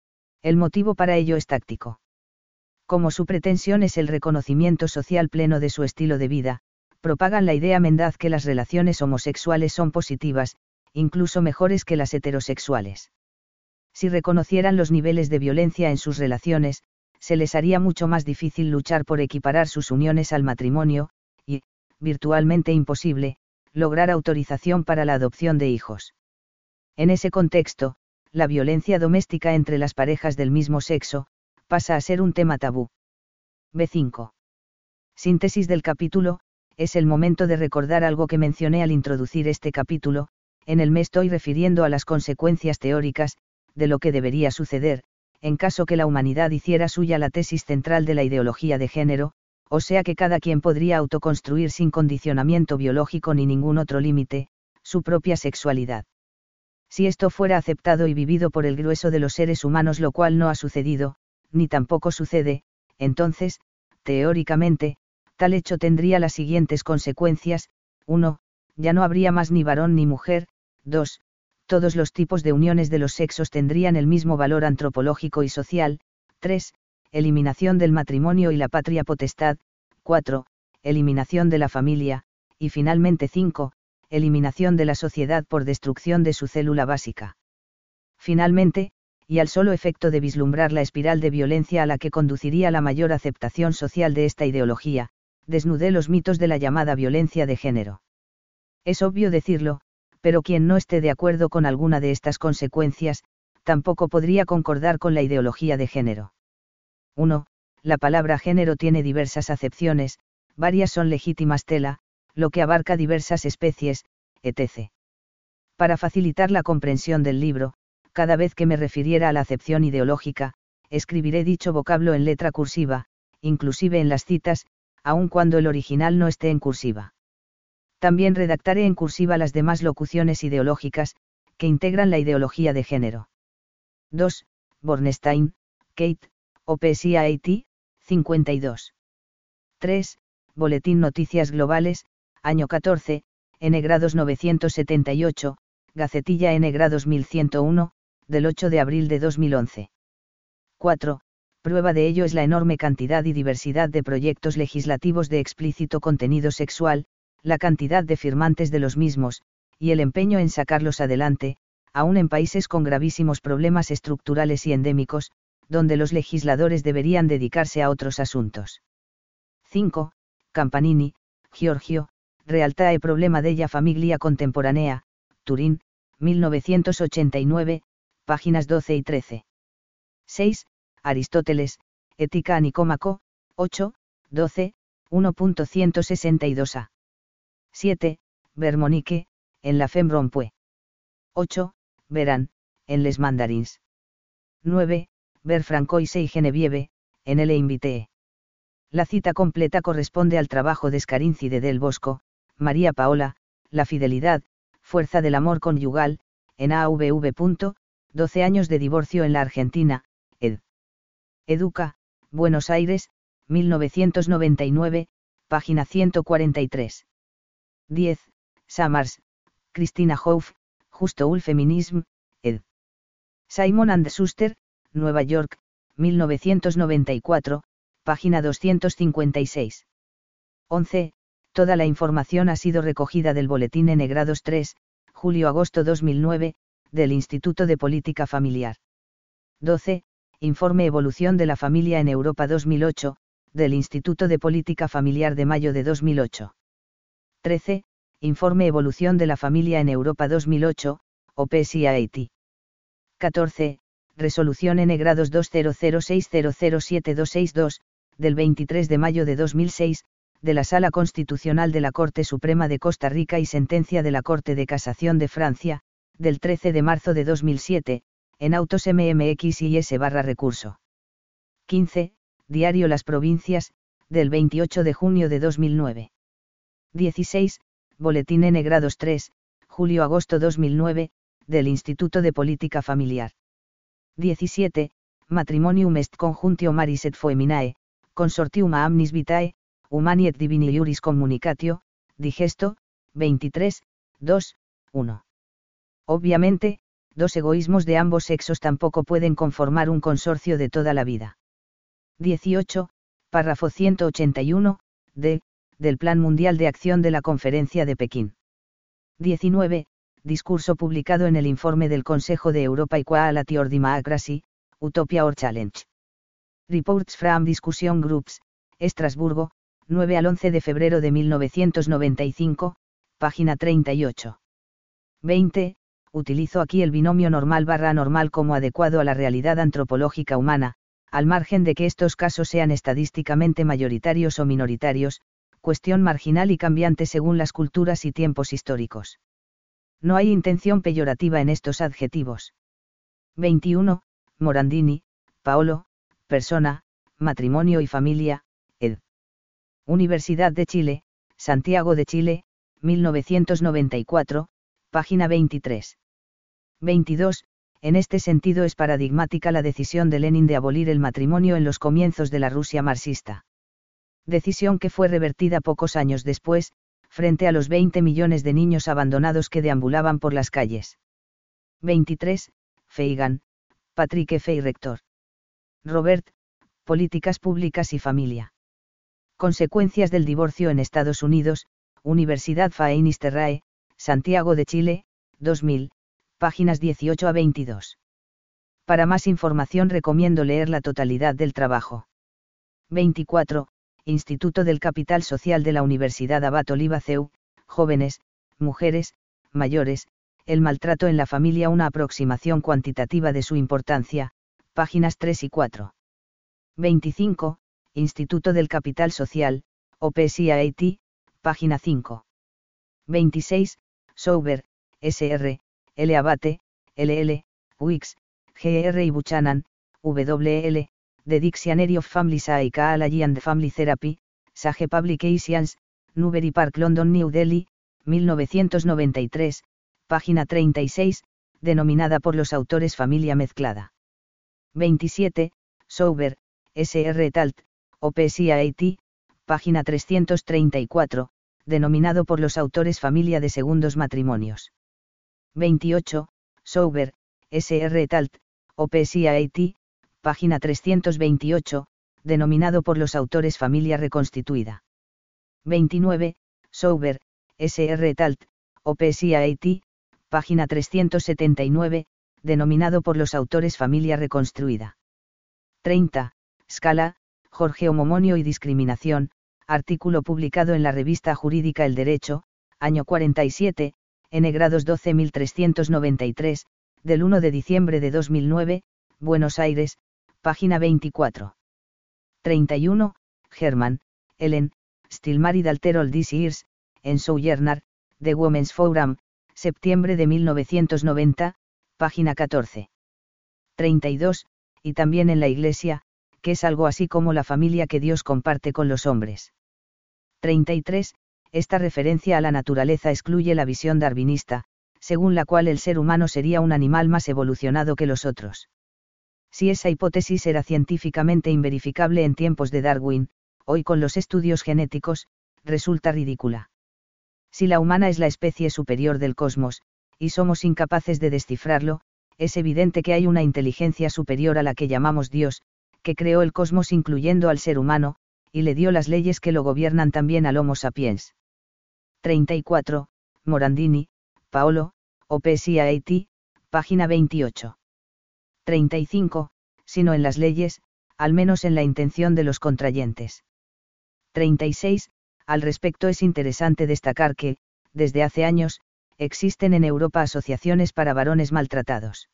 El motivo para ello es táctico. Como su pretensión es el reconocimiento social pleno de su estilo de vida, propagan la idea mendaz que las relaciones homosexuales son positivas, incluso mejores que las heterosexuales. Si reconocieran los niveles de violencia en sus relaciones, se les haría mucho más difícil luchar por equiparar sus uniones al matrimonio, y, virtualmente imposible, lograr autorización para la adopción de hijos. En ese contexto, la violencia doméstica entre las parejas del mismo sexo, pasa a ser un tema tabú. B cinco. Síntesis del capítulo. Es el momento de recordar algo que mencioné al introducir este capítulo. En él me estoy refiriendo a las consecuencias teóricas, de lo que debería suceder, en caso que la humanidad hiciera suya la tesis central de la ideología de género, o sea que cada quien podría autoconstruir sin condicionamiento biológico ni ningún otro límite, su propia sexualidad. Si esto fuera aceptado y vivido por el grueso de los seres humanos, lo cual no ha sucedido, ni tampoco sucede, entonces, teóricamente, tal hecho tendría las siguientes consecuencias: uno. Ya no habría más ni varón ni mujer. dos. Todos los tipos de uniones de los sexos tendrían el mismo valor antropológico y social. tres. Eliminación del matrimonio y la patria potestad. cuatro. Eliminación de la familia. Y finalmente cinco. Eliminación de la sociedad por destrucción de su célula básica. Finalmente, y al solo efecto de vislumbrar la espiral de violencia a la que conduciría la mayor aceptación social de esta ideología, desnudé los mitos de la llamada violencia de género. Es obvio decirlo, pero quien no esté de acuerdo con alguna de estas consecuencias, tampoco podría concordar con la ideología de género. uno. la palabra género tiene diversas acepciones, varias son legítimas tela, lo que abarca diversas especies, etcétera. Para facilitar la comprensión del libro, cada vez que me refiriera a la acepción ideológica, escribiré dicho vocablo en letra cursiva, inclusive en las citas, aun cuando el original no esté en cursiva. También redactaré en cursiva las demás locuciones ideológicas, que integran la ideología de género. dos. Bornstein, Kate, O P S I A T, cincuenta y dos. tres. Boletín Noticias Globales, año catorce, N grados novecientos setenta y ocho, Gacetilla N grados mil ciento uno, del ocho de abril de dos mil once. cuatro. Prueba de ello es la enorme cantidad y diversidad de proyectos legislativos de explícito contenido sexual, la cantidad de firmantes de los mismos, y el empeño en sacarlos adelante, aún en países con gravísimos problemas estructurales y endémicos, donde los legisladores deberían dedicarse a otros asuntos. cinco. Campanini, Giorgio, Realtà e problema della famiglia contemporanea, Turín, mil novecientos ochenta y nueve, páginas doce y trece. seis. Aristóteles, Ética a Nicómaco, ocho, doce, uno punto ciento sesenta y dos a. siete. Vermonique, en la Femme Rompue. ocho. Verán, en Les Mandarins. nueve. Ver Francoise y Genevieve, en El Invité. La cita completa corresponde al trabajo de Scarinci de Del Bosco, María Paola, La fidelidad, fuerza del amor conyugal, en A V V. doce años de divorcio en la Argentina, ed. Educa, Buenos Aires, mil novecientos noventa y nueve, página ciento cuarenta y tres. diez. Samars, Christina Hoff, Justo ul Feminism, ed. Simon and Schuster, Nueva York, mil novecientos noventa y cuatro, página doscientos cincuenta y seis. once. Toda la información ha sido recogida del Boletín N grados tres, julio-agosto dos mil nueve, del Instituto de Política Familiar. doce. Informe Evolución de la Familia en Europa dos mil ocho, del Instituto de Política Familiar de mayo de dos mil ocho. trece. Informe Evolución de la Familia en Europa dos mil ocho, O P S I A T. catorce. Resolución N grados dos cero cero seis cero cero siete dos seis dos, del veintitrés de mayo de dos mil seis, de la Sala Constitucional de la Corte Suprema de Costa Rica y sentencia de la Corte de Casación de Francia, del trece de marzo de dos mil siete, en autos M M X y S barra recurso. quince. Diario Las Provincias, del veintiocho de junio de dos mil nueve. dieciséis. Boletín N grados tres, julio-agosto dos mil nueve, del Instituto de Política Familiar. diecisiete. Matrimonium est conjuntio maris et foeminae, consortium amnis vitae, humani et divini iuris communicatio, digesto, veintitrés, dos, uno. Obviamente, dos egoísmos de ambos sexos tampoco pueden conformar un consorcio de toda la vida. dieciocho. Párrafo ciento ochenta y uno, de, del Plan Mundial de Acción de la Conferencia de Pekín. diecinueve. Discurso publicado en el informe del Consejo de Europa Equality or Democracy, Utopia or Challenge. Reports from Discussion Groups, Estrasburgo, nueve al once de febrero de mil novecientos noventa y cinco, página treinta y ocho. veinte. Utilizo aquí el binomio normal barra anormal como adecuado a la realidad antropológica humana, al margen de que estos casos sean estadísticamente mayoritarios o minoritarios, cuestión marginal y cambiante según las culturas y tiempos históricos. No hay intención peyorativa en estos adjetivos. veintiuno. Morandini, Paolo, Persona, Matrimonio y Familia, ed. Universidad de Chile, Santiago de Chile, mil novecientos noventa y cuatro, página veintitrés. veintidós. En este sentido es paradigmática la decisión de Lenin de abolir el matrimonio en los comienzos de la Rusia marxista. Decisión que fue revertida pocos años después, frente a los veinte millones de niños abandonados que deambulaban por las calles. veintitrés. Feigan, Patrick F. y rector. Robert, Políticas Públicas y Familia. Consecuencias del divorcio en Estados Unidos, Universidad Faenis Terrae, Santiago de Chile, dos mil, páginas dieciocho a veintidós. Para más información recomiendo leer la totalidad del trabajo. veinticuatro. Instituto del Capital Social de la Universidad Abat Oliba C E U, Jóvenes, Mujeres, Mayores, el maltrato en la familia, una aproximación cuantitativa de su importancia, páginas tres y cuatro. veinticinco. Instituto del Capital Social, O P S I A T, página cinco. veintiséis, Souber, S R, L. Abate, L L, Wicks, G R y Buchanan, W L, The Dictionary of Family Psychology and Family Therapy, Sage Publications, Newbury Park, London, New Delhi, mil novecientos noventa y tres, página treinta y seis, denominada por los autores familia mezclada. veintisiete, Souber, S R et al., O P S I A T, página trescientos treinta y cuatro, denominado por los autores familia de segundos matrimonios. veintiocho, Souber, S R et al., O P S I A T, página trescientos veintiocho, denominado por los autores familia reconstituida. veintinueve, Souber, S R et al., O P S I A T, página trescientos setenta y nueve, denominado por los autores familia reconstruida. treinta, Scala, Jorge Homomonio y discriminación, artículo publicado en la revista jurídica El Derecho, año cuarenta y siete, N grados doce mil trescientos noventa y tres, del uno de diciembre de dos mil nueve, Buenos Aires, página veinticuatro. treinta y uno, Herman, Ellen, Still Married After All These Years, en Sojourner, The Women's Forum, septiembre de mil novecientos noventa, página catorce. treinta y dos, y también en la Iglesia, que es algo así como la familia que Dios comparte con los hombres. treinta y tres, esta referencia a la naturaleza excluye la visión darwinista, según la cual el ser humano sería un animal más evolucionado que los otros. Si esa hipótesis era científicamente inverificable en tiempos de Darwin, hoy con los estudios genéticos, resulta ridícula. Si la humana es la especie superior del cosmos, y somos incapaces de descifrarlo, es evidente que hay una inteligencia superior a la que llamamos Dios, que creó el cosmos incluyendo al ser humano, y le dio las leyes que lo gobiernan también al Homo sapiens. treinta y cuatro, Morandini, Paolo, O P S I A T, página veintiocho. treinta y cinco, sino en las leyes, al menos en la intención de los contrayentes. treinta y seis, al respecto es interesante destacar que, desde hace años, existen en Europa asociaciones para varones maltratados.